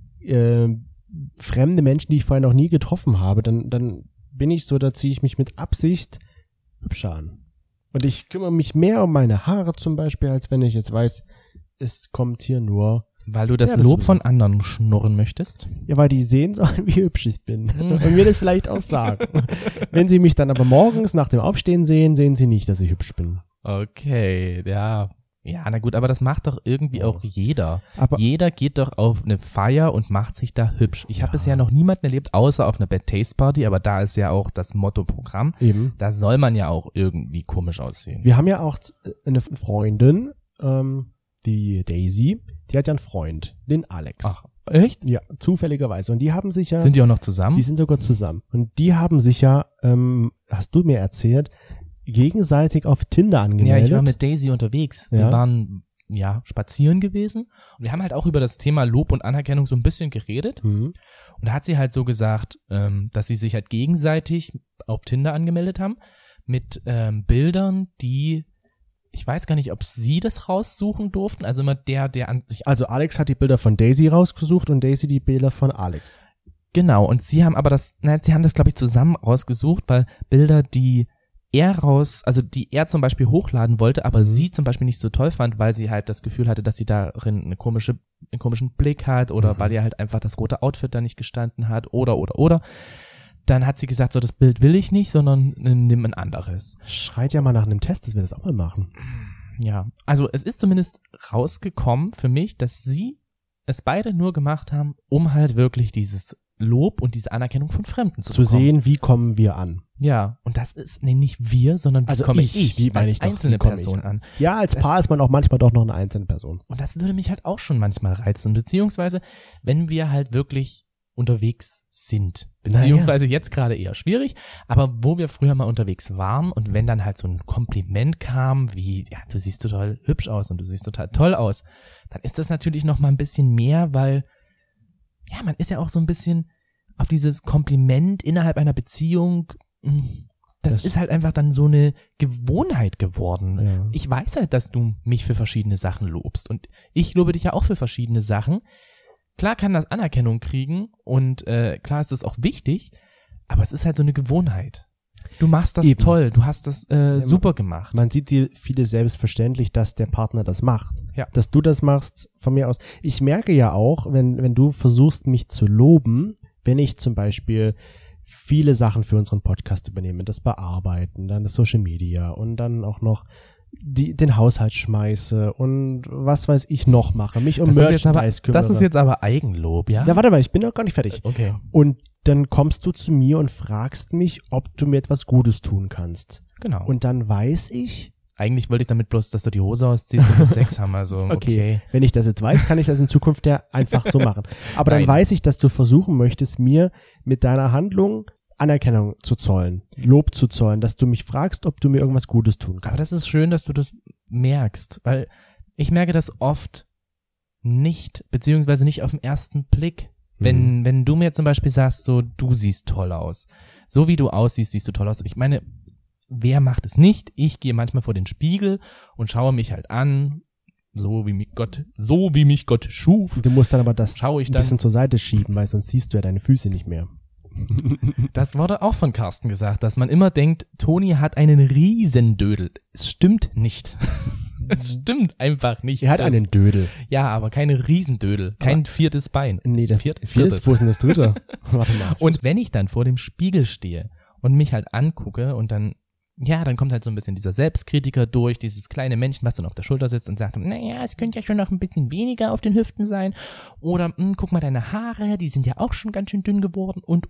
fremde Menschen, die ich vorher noch nie getroffen habe, dann bin ich so, da ziehe ich mich mit Absicht hübscher an. Und ich kümmere mich mehr um meine Haare zum Beispiel, als wenn ich jetzt weiß, es kommt hier nur... Weil du das Ja, Lob das- von anderen schnurren möchtest? Ja, weil die sehen sollen, wie hübsch ich bin. Und mir das vielleicht auch sagen. Wenn sie mich dann aber morgens nach dem Aufstehen sehen, sehen sie nicht, dass ich hübsch bin. Okay, ja. Ja, na gut, aber das macht doch irgendwie auch jeder. Aber Jeder geht doch auf eine Feier und macht sich da hübsch. Ich habe bisher noch niemanden erlebt, außer auf einer Bad Taste Party, aber da ist ja auch das Motto-Programm. eben. Da soll man ja auch irgendwie komisch aussehen. Wir haben ja auch eine Freundin, die Daisy, die hat ja einen Freund, den Alex. Ach, Echt? Ja, zufälligerweise. Und die haben sich ja... Sind die auch noch zusammen? Die sind sogar zusammen. Und die haben sich ja, hast du mir erzählt, gegenseitig auf Tinder angemeldet. Ja, ich war mit Daisy unterwegs. Ja. Wir waren, spazieren gewesen. Und wir haben halt auch über das Thema Lob und Anerkennung so ein bisschen geredet. Mhm. Und da hat sie halt so gesagt, dass sie sich halt gegenseitig auf Tinder angemeldet haben mit Bildern, die, ich weiß gar nicht, ob sie das raussuchen durften. Also immer der an sich... Also Alex hat die Bilder von Daisy rausgesucht und Daisy die Bilder von Alex. Genau, und sie haben das, glaube ich, zusammen rausgesucht, weil Bilder, die er zum Beispiel hochladen wollte, aber sie zum Beispiel nicht so toll fand, weil sie halt das Gefühl hatte, dass sie darin einen komischen Blick hat oder weil ihr halt einfach das rote Outfit da nicht gestanden hat oder. Dann hat sie gesagt, so das Bild will ich nicht, sondern nimm ein anderes. Schreit ja mal nach einem Test, dass wir das auch mal machen. Ja, also es ist zumindest rausgekommen für mich, dass sie es beide nur gemacht haben, um halt wirklich dieses Lob und diese Anerkennung von Fremden zu bekommen. Sehen, wie kommen wir an. Ja, und das ist nicht wir, sondern wie komme ich als einzelne Person an. Ja, als Paar ist man auch manchmal doch noch eine einzelne Person. Und das würde mich halt auch schon manchmal reizen, beziehungsweise wenn wir halt wirklich unterwegs sind, beziehungsweise jetzt gerade eher schwierig, aber wo wir früher mal unterwegs waren und wenn dann halt so ein Kompliment kam, wie, ja, du siehst total hübsch aus und du siehst total toll aus, dann ist das natürlich noch mal ein bisschen mehr, weil ja, man ist ja auch so ein bisschen auf dieses Kompliment innerhalb einer Beziehung, das ist halt einfach dann so eine Gewohnheit geworden. Ja. Ich weiß halt, dass du mich für verschiedene Sachen lobst und ich lobe dich ja auch für verschiedene Sachen. Klar kann das Anerkennung kriegen und klar ist das auch wichtig, aber es ist halt so eine Gewohnheit. Du machst das toll, du hast das super gemacht. Man sieht dir viele selbstverständlich, dass der Partner das macht. Ja. Dass du das machst, von mir aus. Ich merke ja auch, wenn du versuchst, mich zu loben, wenn ich zum Beispiel viele Sachen für unseren Podcast übernehme, das Bearbeiten, dann das Social Media und dann auch noch den Haushalt schmeiße und was weiß ich noch mache, mich um Merchandise kümmere. Das ist jetzt aber Eigenlob, ja? Ja, warte mal, ich bin noch gar nicht fertig. Okay. Und dann kommst du zu mir und fragst mich, ob du mir etwas Gutes tun kannst. Genau. Und dann weiß ich... Eigentlich wollte ich damit bloß, dass du die Hose ausziehst und wir Sex haben, also okay. Wenn ich das jetzt weiß, kann ich das in Zukunft ja einfach so machen. Aber Nein. dann weiß ich, dass du versuchen möchtest, mir mit deiner Handlung Anerkennung zu zollen, Lob zu zollen, dass du mich fragst, ob du mir irgendwas Gutes tun kannst. Aber das ist schön, dass du das merkst, weil ich merke das oft nicht, beziehungsweise nicht auf den ersten Blick. Wenn du mir zum Beispiel sagst, so, du siehst toll aus. So wie du aussiehst, siehst du toll aus. Ich meine, wer macht es nicht? Ich gehe manchmal vor den Spiegel und schaue mich halt an, so wie mich Gott schuf. Du musst dann aber das ein bisschen zur Seite schieben, weil sonst siehst du ja deine Füße nicht mehr. Das wurde auch von Carsten gesagt, dass man immer denkt, Toni hat einen Riesendödel. Es stimmt nicht. Es stimmt einfach nicht. Er hat einen Dödel. Ja, aber keine Riesendödel. Kein viertes Bein. Nee, das viertes. Wo ist denn das dritte? Warte mal. Und wenn ich dann vor dem Spiegel stehe und mich halt angucke und dann kommt halt so ein bisschen dieser Selbstkritiker durch, dieses kleine Männchen, was dann auf der Schulter sitzt und sagt, naja, es könnte ja schon noch ein bisschen weniger auf den Hüften sein. Oder, guck mal, deine Haare, die sind ja auch schon ganz schön dünn geworden und.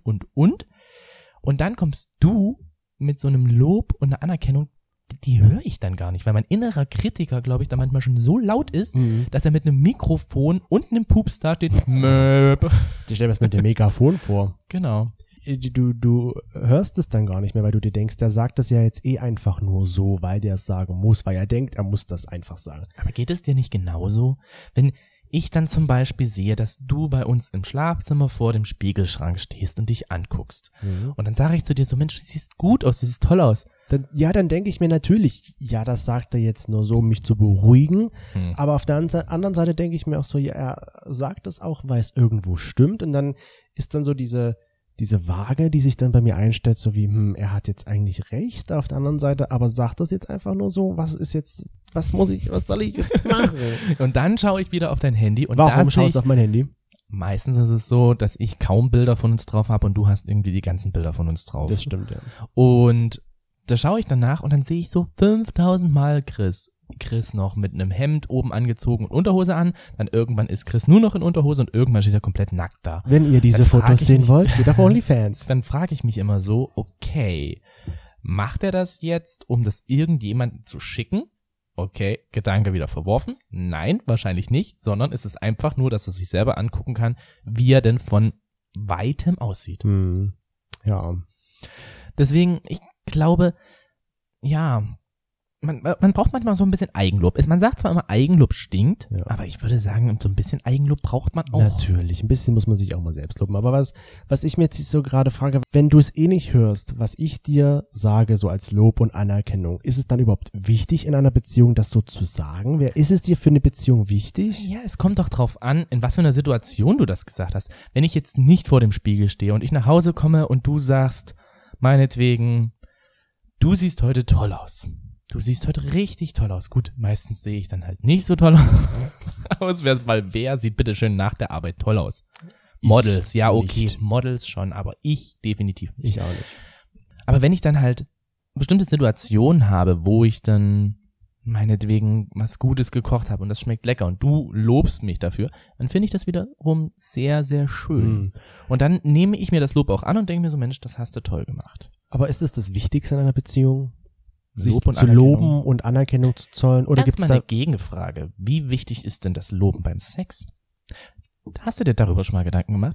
Und dann kommst du mit so einem Lob und einer Anerkennung, die höre ich dann gar nicht, weil mein innerer Kritiker, glaube ich, da manchmal schon so laut ist, dass er mit einem Mikrofon und einem Pups da steht. Möp. Ich stell mir das mit dem Megafon vor. Genau. Du hörst es dann gar nicht mehr, weil du dir denkst, der sagt das ja jetzt einfach nur so, weil der es sagen muss, weil er denkt, er muss das einfach sagen. Aber geht es dir nicht genauso? Wenn ich dann zum Beispiel sehe, dass du bei uns im Schlafzimmer vor dem Spiegelschrank stehst und dich anguckst. Und dann sage ich zu dir so, Mensch, du siehst gut aus, du siehst toll aus. Dann denke ich mir natürlich, ja, das sagt er jetzt nur so, um mich zu beruhigen. Aber auf der anderen Seite denke ich mir auch so, ja, er sagt das auch, weil es irgendwo stimmt. Und dann ist dann so diese Waage, die sich dann bei mir einstellt, so wie, er hat jetzt eigentlich recht, auf der anderen Seite, aber sagt das jetzt einfach nur so, was soll ich jetzt machen? Und dann schaue ich wieder auf dein Handy und warum schaust du auf mein Handy? Meistens ist es so, dass ich kaum Bilder von uns drauf habe und du hast irgendwie die ganzen Bilder von uns drauf. Das stimmt, ja. Und da schaue ich dann nach und dann sehe ich so 5000 Mal Chris noch mit einem Hemd oben angezogen und Unterhose an, dann irgendwann ist Chris nur noch in Unterhose und irgendwann steht er komplett nackt da. Wenn ihr diese Fotos sehen wollt, geht auf OnlyFans. Dann frage ich mich immer so, okay, macht er das jetzt, um das irgendjemandem zu schicken? Okay, Gedanke wieder verworfen. Nein, wahrscheinlich nicht, sondern es ist einfach nur, dass er sich selber angucken kann, wie er denn von weitem aussieht. Ja. Deswegen, ich glaube, ja, man braucht manchmal so ein bisschen Eigenlob. Man sagt zwar immer, Eigenlob stinkt, Ja. aber ich würde sagen, so ein bisschen Eigenlob braucht man auch. Natürlich, ein bisschen muss man sich auch mal selbst loben. Aber was ich mir jetzt so gerade frage, wenn du es eh nicht hörst, was ich dir sage, so als Lob und Anerkennung, ist es dann überhaupt wichtig in einer Beziehung, das so zu sagen? Ist es dir für eine Beziehung wichtig? Ja, es kommt doch drauf an, in was für einer Situation du das gesagt hast. Wenn ich jetzt nicht vor dem Spiegel stehe und ich nach Hause komme und du sagst, meinetwegen, du siehst heute toll aus. Du siehst heute richtig toll aus. Gut, meistens sehe ich dann halt nicht so toll aus, weil wer sieht bitte schön nach der Arbeit toll aus? Models, ja okay, nicht. Models schon, aber ich definitiv nicht. Ich auch nicht. Aber wenn ich dann halt bestimmte Situationen habe, wo ich dann meinetwegen was Gutes gekocht habe und das schmeckt lecker und du lobst mich dafür, dann finde ich das wiederum sehr, sehr schön. Und dann nehme ich mir das Lob auch an und denke mir so, Mensch, das hast du toll gemacht. Aber ist es das Wichtigste in einer Beziehung? Sich Lob und zu Anerkennung. loben und Anerkennung zu zollen? Oder gibt's Erstmal da... eine Gegenfrage. Wie wichtig ist denn das Loben beim Sex? Hast du dir darüber schon mal Gedanken gemacht?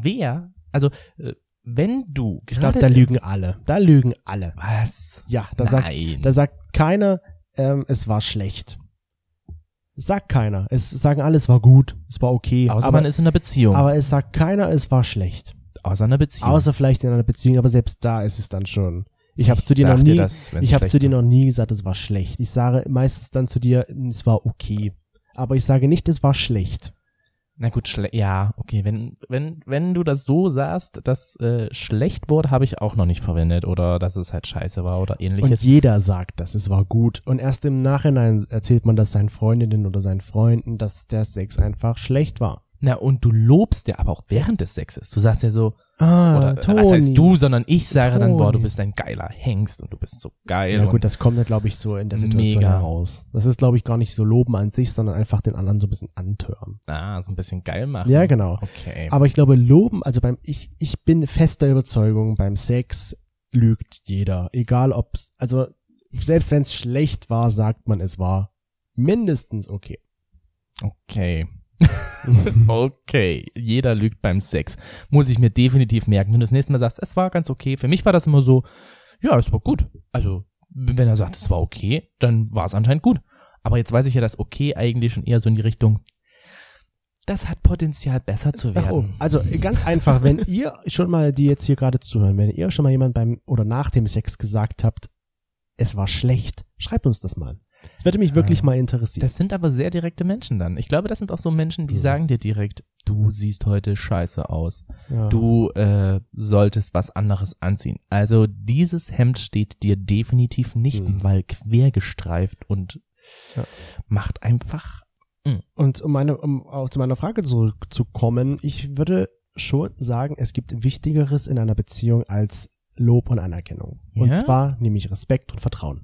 Wenn du Ich glaube, da lügen alle. Da lügen alle. Was? Ja, Nein. da sagt keiner, es war schlecht. Sagt keiner. Es sagen alle, es war gut, es war okay. Außer aber, man ist in einer Beziehung. aber es sagt keiner, es war schlecht. Außer einer Beziehung. Außer vielleicht in einer Beziehung, aber selbst da ist es dann schon. Ich habe Ich zu dir sag noch dir nie, das, wenn's ich habe schlecht zu dir war. noch nie gesagt, es war schlecht. Ich sage meistens dann zu dir, es war okay. Aber ich sage nicht, es war schlecht. Na gut, ja, okay, wenn du das so sagst, dass schlecht wurde, habe ich auch noch nicht verwendet oder dass es halt scheiße war oder Und ähnliches. jeder sagt das, es war gut. Und erst im Nachhinein erzählt man das seinen Freundinnen oder seinen Freunden, dass der Sex einfach schlecht war. Na, und du lobst ja aber auch während des Sexes. Du sagst ja so, oder Toni. was heißt du, sondern ich sage dann, boah, du Toni. bist ein geiler Hengst und du bist so geil. Ja und gut, das kommt, glaube ich, so in der Situation Mega. heraus. Das ist, glaube ich, gar nicht so loben an sich, sondern einfach den anderen so ein bisschen antören. so ein bisschen geil machen. Ja, genau. Okay. Aber ich glaube, loben, also ich bin fester Überzeugung, beim Sex lügt jeder. Egal ob's, also selbst wenn es schlecht war, sagt man, es war mindestens okay. Okay. Okay, jeder lügt beim Sex. Muss ich mir definitiv merken. Wenn du das nächste Mal sagst, es war ganz okay. Für mich war das immer so, ja, es war gut. Also, wenn er sagt, es war okay, dann war es anscheinend gut. Aber jetzt weiß ich ja, dass okay eigentlich schon eher so in die Richtung, das hat Potenzial besser zu Ach, oh. werden. Also ganz einfach, wenn ihr schon mal, die jetzt hier gerade zuhören, wenn ihr schon mal jemand beim oder nach dem Sex gesagt habt, es war schlecht, schreibt uns das mal. Das würde mich wirklich mal interessieren. Das sind aber sehr direkte Menschen dann. Ich glaube, das sind auch so Menschen, die sagen dir direkt, du siehst heute scheiße aus. Ja. Du solltest was anderes anziehen. Also dieses Hemd steht dir definitiv nicht, weil quergestreift und macht einfach. Und um auch zu meiner Frage zurückzukommen, ich würde schon sagen, es gibt Wichtigeres in einer Beziehung als Lob und Anerkennung. Und Ja? zwar nämlich Respekt und Vertrauen.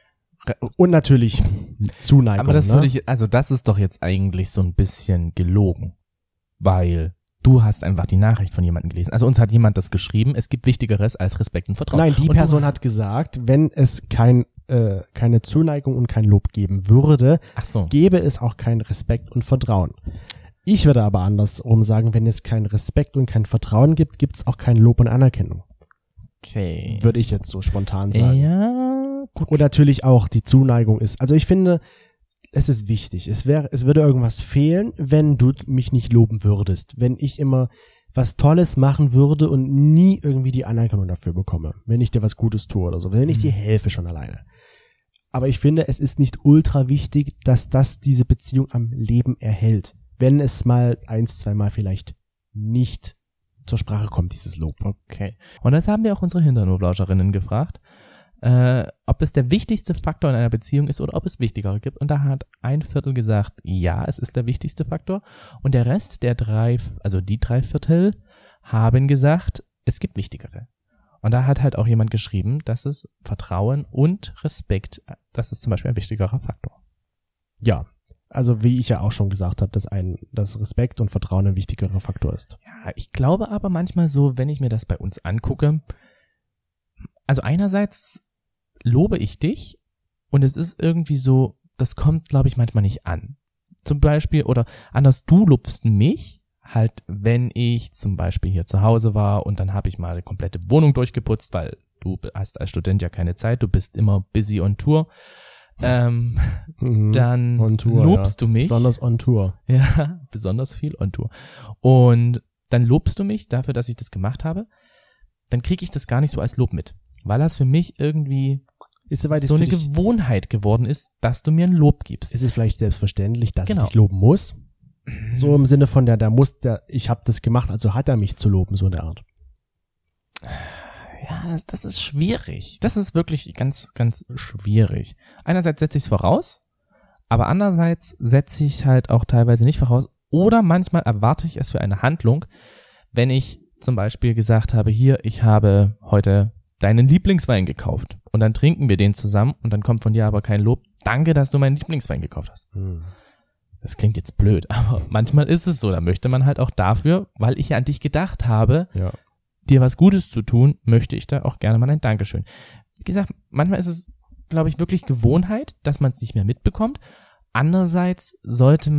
Und natürlich Zuneigung. Aber das ne? würde ich, also das ist doch jetzt eigentlich so ein bisschen gelogen, weil du hast einfach die Nachricht von jemandem gelesen. Also uns hat jemand das geschrieben, es gibt Wichtigeres als Respekt und Vertrauen. Nein, die Und Person hat gesagt, wenn es keine Zuneigung und kein Lob geben würde, Ach so. gäbe es auch kein Respekt und Vertrauen. Ich würde aber andersrum sagen, wenn es keinen Respekt und kein Vertrauen gibt, gibt es auch kein Lob und Anerkennung. Okay. Würde ich jetzt so spontan sagen. Ja, gut. Und natürlich auch die Zuneigung ist. Also ich finde, es ist wichtig. Es würde irgendwas fehlen, wenn du mich nicht loben würdest. Wenn ich immer was Tolles machen würde und nie irgendwie die Anerkennung dafür bekomme. Wenn ich dir was Gutes tue oder so. Wenn ich dir helfe schon alleine. Aber ich finde, es ist nicht ultra wichtig, dass das diese Beziehung am Leben erhält. Wenn es mal 1-2 Mal vielleicht nicht zur Sprache kommt, dieses Lob. Okay. Und das haben wir auch unsere Hinternurblauscherinnen gefragt, ob es der wichtigste Faktor in einer Beziehung ist oder ob es wichtigere gibt. Und da hat 1/4 gesagt, ja, es ist der wichtigste Faktor. Und der Rest, die 3/4, haben gesagt, es gibt wichtigere. Und da hat halt auch jemand geschrieben, dass es Vertrauen und Respekt, das ist zum Beispiel ein wichtigerer Faktor. Ja, also wie ich ja auch schon gesagt habe, dass Respekt und Vertrauen ein wichtigerer Faktor ist. Ja, ich glaube aber manchmal so, wenn ich mir das bei uns angucke, also einerseits lobe ich dich und es ist irgendwie so das kommt, glaube ich, manchmal nicht an. Zum Beispiel, oder anders, du lobst mich halt, wenn ich zum Beispiel hier zu Hause war und dann habe ich mal eine komplette Wohnung durchgeputzt, weil du hast als Student ja keine Zeit, du bist immer busy on Tour. Dann on Tour, lobst du mich. Besonders on Tour. Ja, besonders viel on Tour. Und dann lobst du mich dafür, dass ich das gemacht habe. Dann kriege ich das gar nicht so als Lob mit, weil das für mich irgendwie so eine Gewohnheit geworden ist, dass du mir ein Lob gibst. Ist es vielleicht selbstverständlich, dass ich dich loben muss? So im Sinne von ich habe das gemacht, also hat er mich zu loben, so in der Art. Ja, das ist schwierig. Das ist wirklich ganz, ganz schwierig. Einerseits setze ich es voraus, aber andererseits setze ich halt auch teilweise nicht voraus. Oder manchmal erwarte ich es für eine Handlung, wenn ich zum Beispiel gesagt habe, hier, ich habe heute deinen Lieblingswein gekauft. Und dann trinken wir den zusammen und dann kommt von dir aber kein Lob. Danke, dass du meinen Lieblingswein gekauft hast. Das klingt jetzt blöd, aber manchmal ist es so. Da möchte man halt auch dafür, weil ich ja an dich gedacht habe, dir was Gutes zu tun, möchte ich da auch gerne mal ein Dankeschön. Wie gesagt, manchmal ist es, glaube ich, wirklich Gewohnheit, dass man es nicht mehr mitbekommt. Andererseits sollten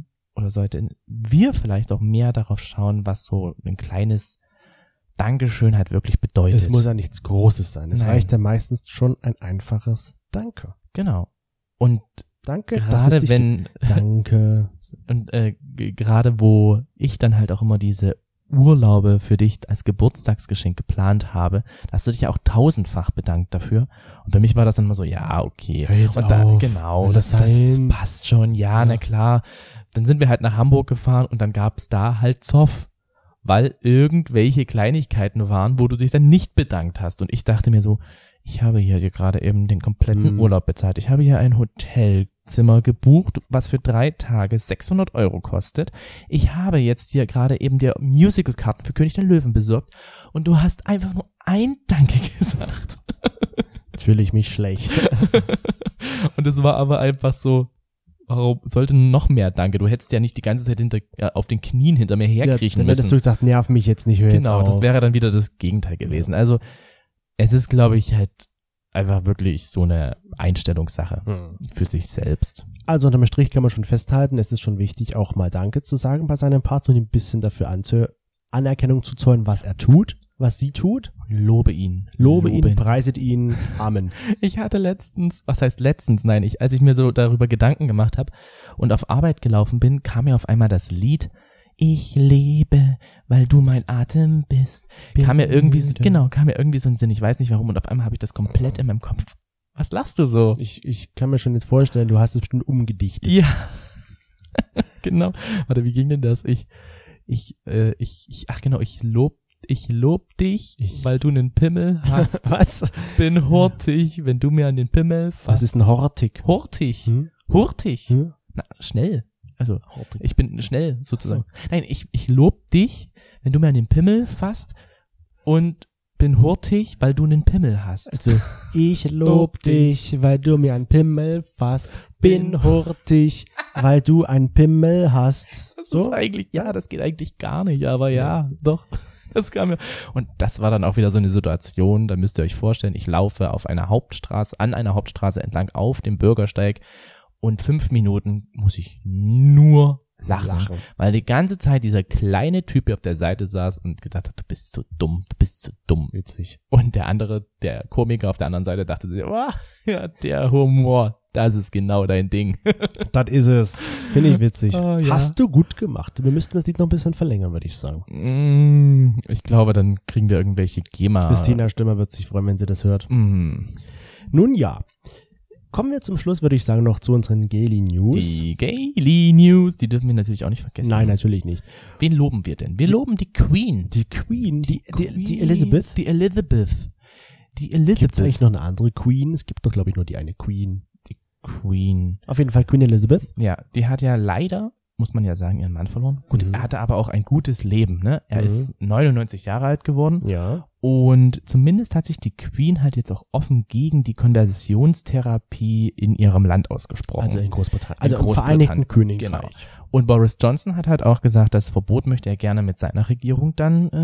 wir vielleicht auch mehr darauf schauen, was so ein kleines Dankeschön halt wirklich bedeutet. Es muss ja nichts Großes sein. Es reicht ja meistens schon ein einfaches Danke. Genau. Und danke, gerade wenn danke. Und gerade wo ich dann halt auch immer diese Urlaube für dich als Geburtstagsgeschenk geplant habe, da hast du dich ja auch 1000-fach bedankt dafür. Und bei mich war das dann immer so, ja, okay. Hör jetzt und auf. Genau, das passt schon, ja, na klar. Dann sind wir halt nach Hamburg gefahren und dann gab's da halt Zoff, weil irgendwelche Kleinigkeiten waren, wo du dich dann nicht bedankt hast. Und ich dachte mir so, ich habe hier gerade eben den kompletten Urlaub bezahlt. Ich habe hier ein Hotelzimmer gebucht, was für 3 Tage 600 € kostet. Ich habe jetzt hier gerade eben dir Musical-Karten für König der Löwen besorgt und du hast einfach nur ein Danke gesagt. Jetzt fühle ich mich schlecht. Und es war aber einfach so, warum sollte noch mehr Danke? Du hättest ja nicht die ganze Zeit auf den Knien hinter mir herkriechen dann müssen. hättest du gesagt, nerv mich jetzt nicht, hör jetzt auf. Genau, das wäre dann wieder das Gegenteil gewesen. Also es ist, glaube ich, halt einfach wirklich so eine Einstellungssache für sich selbst. Also unterm Strich kann man schon festhalten, es ist schon wichtig, auch mal Danke zu sagen bei seinem Partner und ein bisschen dafür Anerkennung zu zollen, was er tut, was sie tut. Lobe ihn, preiset ihn, Amen. Ich hatte als ich mir so darüber Gedanken gemacht habe und auf Arbeit gelaufen bin, kam mir auf einmal das Lied Ich lebe, weil du mein Atem bist. Kam mir irgendwie so ein Sinn, ich weiß nicht warum und auf einmal habe ich das komplett in meinem Kopf. Was lachst du so? Ich kann mir schon jetzt vorstellen, du hast es bestimmt umgedichtet. Ja, genau. Warte, wie ging denn das? Ich lob dich, weil du einen Pimmel hast. Was? Bin hurtig, wenn du mir an den Pimmel fasst. Was ist ein Hortig? Hurtig. Hurtig. Na, schnell. Also, ich bin schnell, sozusagen. Nein, ich lob dich, wenn du mir an den Pimmel fasst und bin hurtig, weil du einen Pimmel hast. Also, ich lob dich, weil du mir einen Pimmel fasst. Bin hurtig, weil du einen Pimmel hast. Das ist eigentlich, das geht eigentlich gar nicht, aber ja, doch. Das kam mir. Und das war dann auch wieder so eine Situation, da müsst ihr euch vorstellen, ich laufe an einer Hauptstraße entlang auf dem Bürgersteig und 5 Minuten muss ich nur lachen, weil die ganze Zeit dieser kleine Typ hier auf der Seite saß und gedacht hat, du bist so dumm. Witzig. Und der Komiker auf der anderen Seite dachte sich, ja, der Humor, das ist genau dein Ding. Das ist es. Finde ich witzig. Ja. Hast du gut gemacht. Wir müssten das Lied noch ein bisschen verlängern, würde ich sagen. Ich glaube, dann kriegen wir irgendwelche GEMA. Christina Stimmer wird sich freuen, wenn sie das hört. Nun ja. Kommen wir zum Schluss, würde ich sagen, noch zu unseren Gaily News. Die Gaily News, die dürfen wir natürlich auch nicht vergessen. Nein, natürlich nicht. Wen loben wir denn? Wir loben die Queen. Die Elizabeth. Die Elizabeth. Gibt es eigentlich noch eine andere Queen? Es gibt doch, glaube ich, nur die eine Queen. Die Queen. Auf jeden Fall Queen Elizabeth. Ja, die hat ja leider, muss man ja sagen, ihren Mann verloren. Gut, er hatte aber auch ein gutes Leben, ne? Er ist 99 Jahre alt geworden. Ja. Und zumindest hat sich die Queen halt jetzt auch offen gegen die Konversionstherapie in ihrem Land ausgesprochen. Also in Großbritannien. Also im Vereinigten Königreich. Genau. Und Boris Johnson hat halt auch gesagt, das Verbot möchte er gerne mit seiner Regierung dann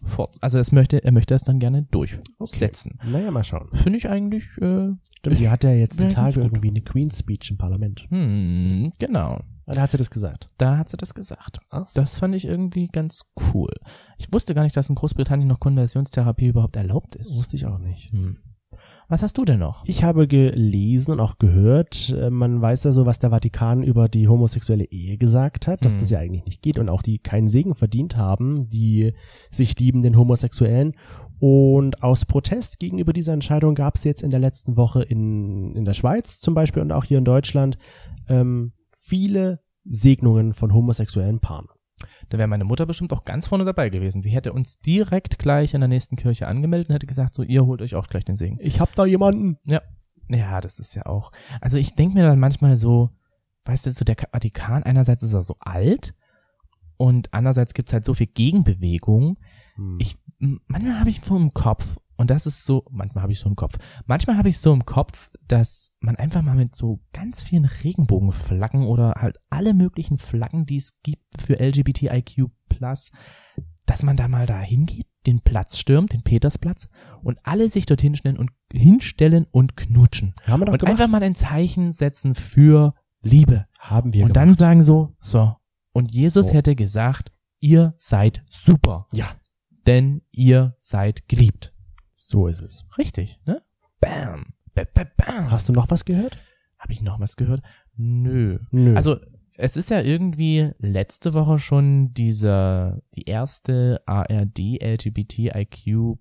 also er möchte es dann gerne durchsetzen. Okay. Naja, mal schauen. Finde ich eigentlich, Stimmt, die hat ja jetzt die Tage gut. irgendwie eine Queen's Speech im Parlament. Genau. Da hat sie das gesagt. Da hat sie das gesagt. Ach so. Das fand ich irgendwie ganz cool. Ich wusste gar nicht, dass in Großbritannien noch Konversionstherapie überhaupt erlaubt ist. Wusste ich auch nicht. Was hast du denn noch? Ich habe gelesen und auch gehört, man weiß ja so, was der Vatikan über die homosexuelle Ehe gesagt hat, dass das ja eigentlich nicht geht und auch die keinen Segen verdient haben, die sich lieben, den Homosexuellen. Und aus Protest gegenüber dieser Entscheidung gab es jetzt in der letzten Woche in der Schweiz zum Beispiel und auch hier in Deutschland viele Segnungen von homosexuellen Paaren. Da wäre meine Mutter bestimmt auch ganz vorne dabei gewesen. Sie hätte uns direkt gleich in der nächsten Kirche angemeldet und hätte gesagt, so, ihr holt euch auch gleich den Segen. Ich hab da jemanden. Ja, das ist ja auch. Also ich denke mir dann manchmal so, weißt du, so der Vatikan, einerseits ist er so alt und andererseits gibt's halt so viel Gegenbewegung. Manchmal habe ich so im Kopf, und das ist so, manchmal habe ich so im Kopf, dass man einfach mal mit so ganz vielen Regenbogenflaggen oder halt alle möglichen Flaggen, die es gibt für LGBTIQ+, dass man da mal da hingeht, den Platz stürmt, den Petersplatz, und alle sich dorthin hinstellen und knutschen. Haben wir doch Und gemacht. einfach mal ein Zeichen setzen für Liebe. Haben wir Und gemacht. dann sagen so, und Jesus hätte gesagt, ihr seid super. Ja. Denn ihr seid geliebt. So ist es. Richtig, ne? Bam. Bam. Hast du noch was gehört? Habe ich noch was gehört? Nö. Nö. Also, es ist ja irgendwie letzte Woche schon die erste ARD LGBTIQ+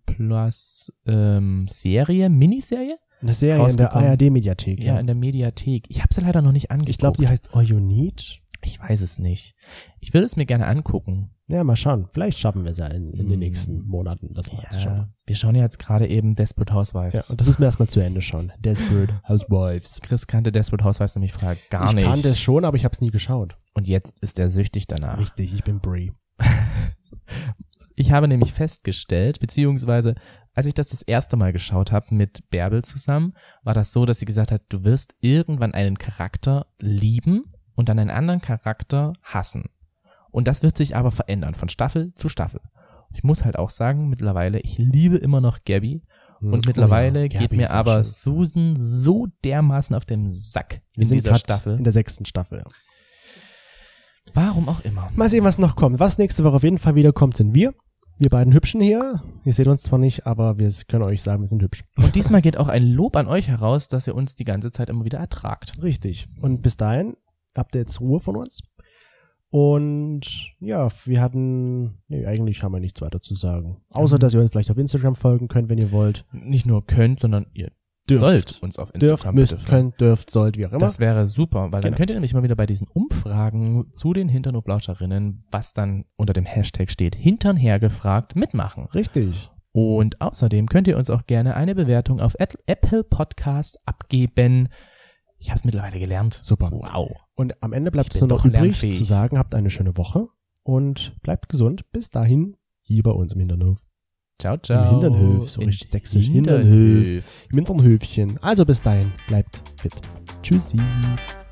Serie, Miniserie? Eine Serie in der rausgekommen. ARD-Mediathek. Ja, in der Mediathek. Ich habe sie leider noch nicht angeguckt. Ich glaube, die heißt All You Need. Ich weiß es nicht. Ich würde es mir gerne angucken. Ja, mal schauen. Vielleicht schaffen wir es ja in den nächsten Monaten, das mal zu schauen. Wir schauen ja jetzt gerade eben Desperate Ja, Housewives. und das müssen wir erstmal zu Ende schauen. Desperate Housewives. Chris kannte Desperate Housewives nämlich vorher gar nicht. Ich kannte es schon, aber ich habe es nie geschaut. Und jetzt ist er süchtig danach. Richtig, ich bin Brie. Ich habe nämlich festgestellt, beziehungsweise als ich das erste Mal geschaut habe mit Bärbel zusammen, war das so, dass sie gesagt hat, du wirst irgendwann einen Charakter lieben und dann einen anderen Charakter hassen. Und das wird sich aber verändern von Staffel zu Staffel. Ich muss halt auch sagen, mittlerweile, ich liebe immer noch Gabby. Und mittlerweile geht Gabby mir ist auch aber schön. Susan so dermaßen auf den Sack Wir in sind dieser grad Staffel. in der 6. Staffel. Warum auch immer. Mal sehen, was noch kommt. Was nächste Woche auf jeden Fall wieder kommt, sind wir. Wir beiden Hübschen hier. Ihr seht uns zwar nicht, aber wir können euch sagen, wir sind hübsch. Und diesmal geht auch ein Lob an euch heraus, dass ihr uns die ganze Zeit immer wieder ertragt. Richtig. Und bis dahin habt ihr jetzt Ruhe von uns. Und ja, eigentlich haben wir nichts weiter zu sagen. Außer, dass ihr uns vielleicht auf Instagram folgen könnt, wenn ihr wollt. Nicht nur könnt, sondern ihr sollt uns auf Dürft, Instagram müsst, bitte könnt, dürft, sollt, wie auch immer. Das wäre super, weil dann Genau. könnt ihr nämlich mal wieder bei diesen Umfragen zu den Hintern-und-Blauscherinnen, was dann unter dem Hashtag steht, Hintern hergefragt, mitmachen. Richtig. Und außerdem könnt ihr uns auch gerne eine Bewertung auf Apple Podcast abgeben. Ich habe es mittlerweile gelernt. Super. Wow. Und am Ende bleibt Ich es bin nur noch doch übrig lernfähig. zu sagen, habt eine schöne Woche und bleibt gesund. Bis dahin, hier bei uns im Hinternhof. Ciao, ciao. Im Hinternhof, so Im richtig sächsisch. Hinternhof. Im Hinternhöfchen. Also bis dahin, bleibt fit. Tschüssi.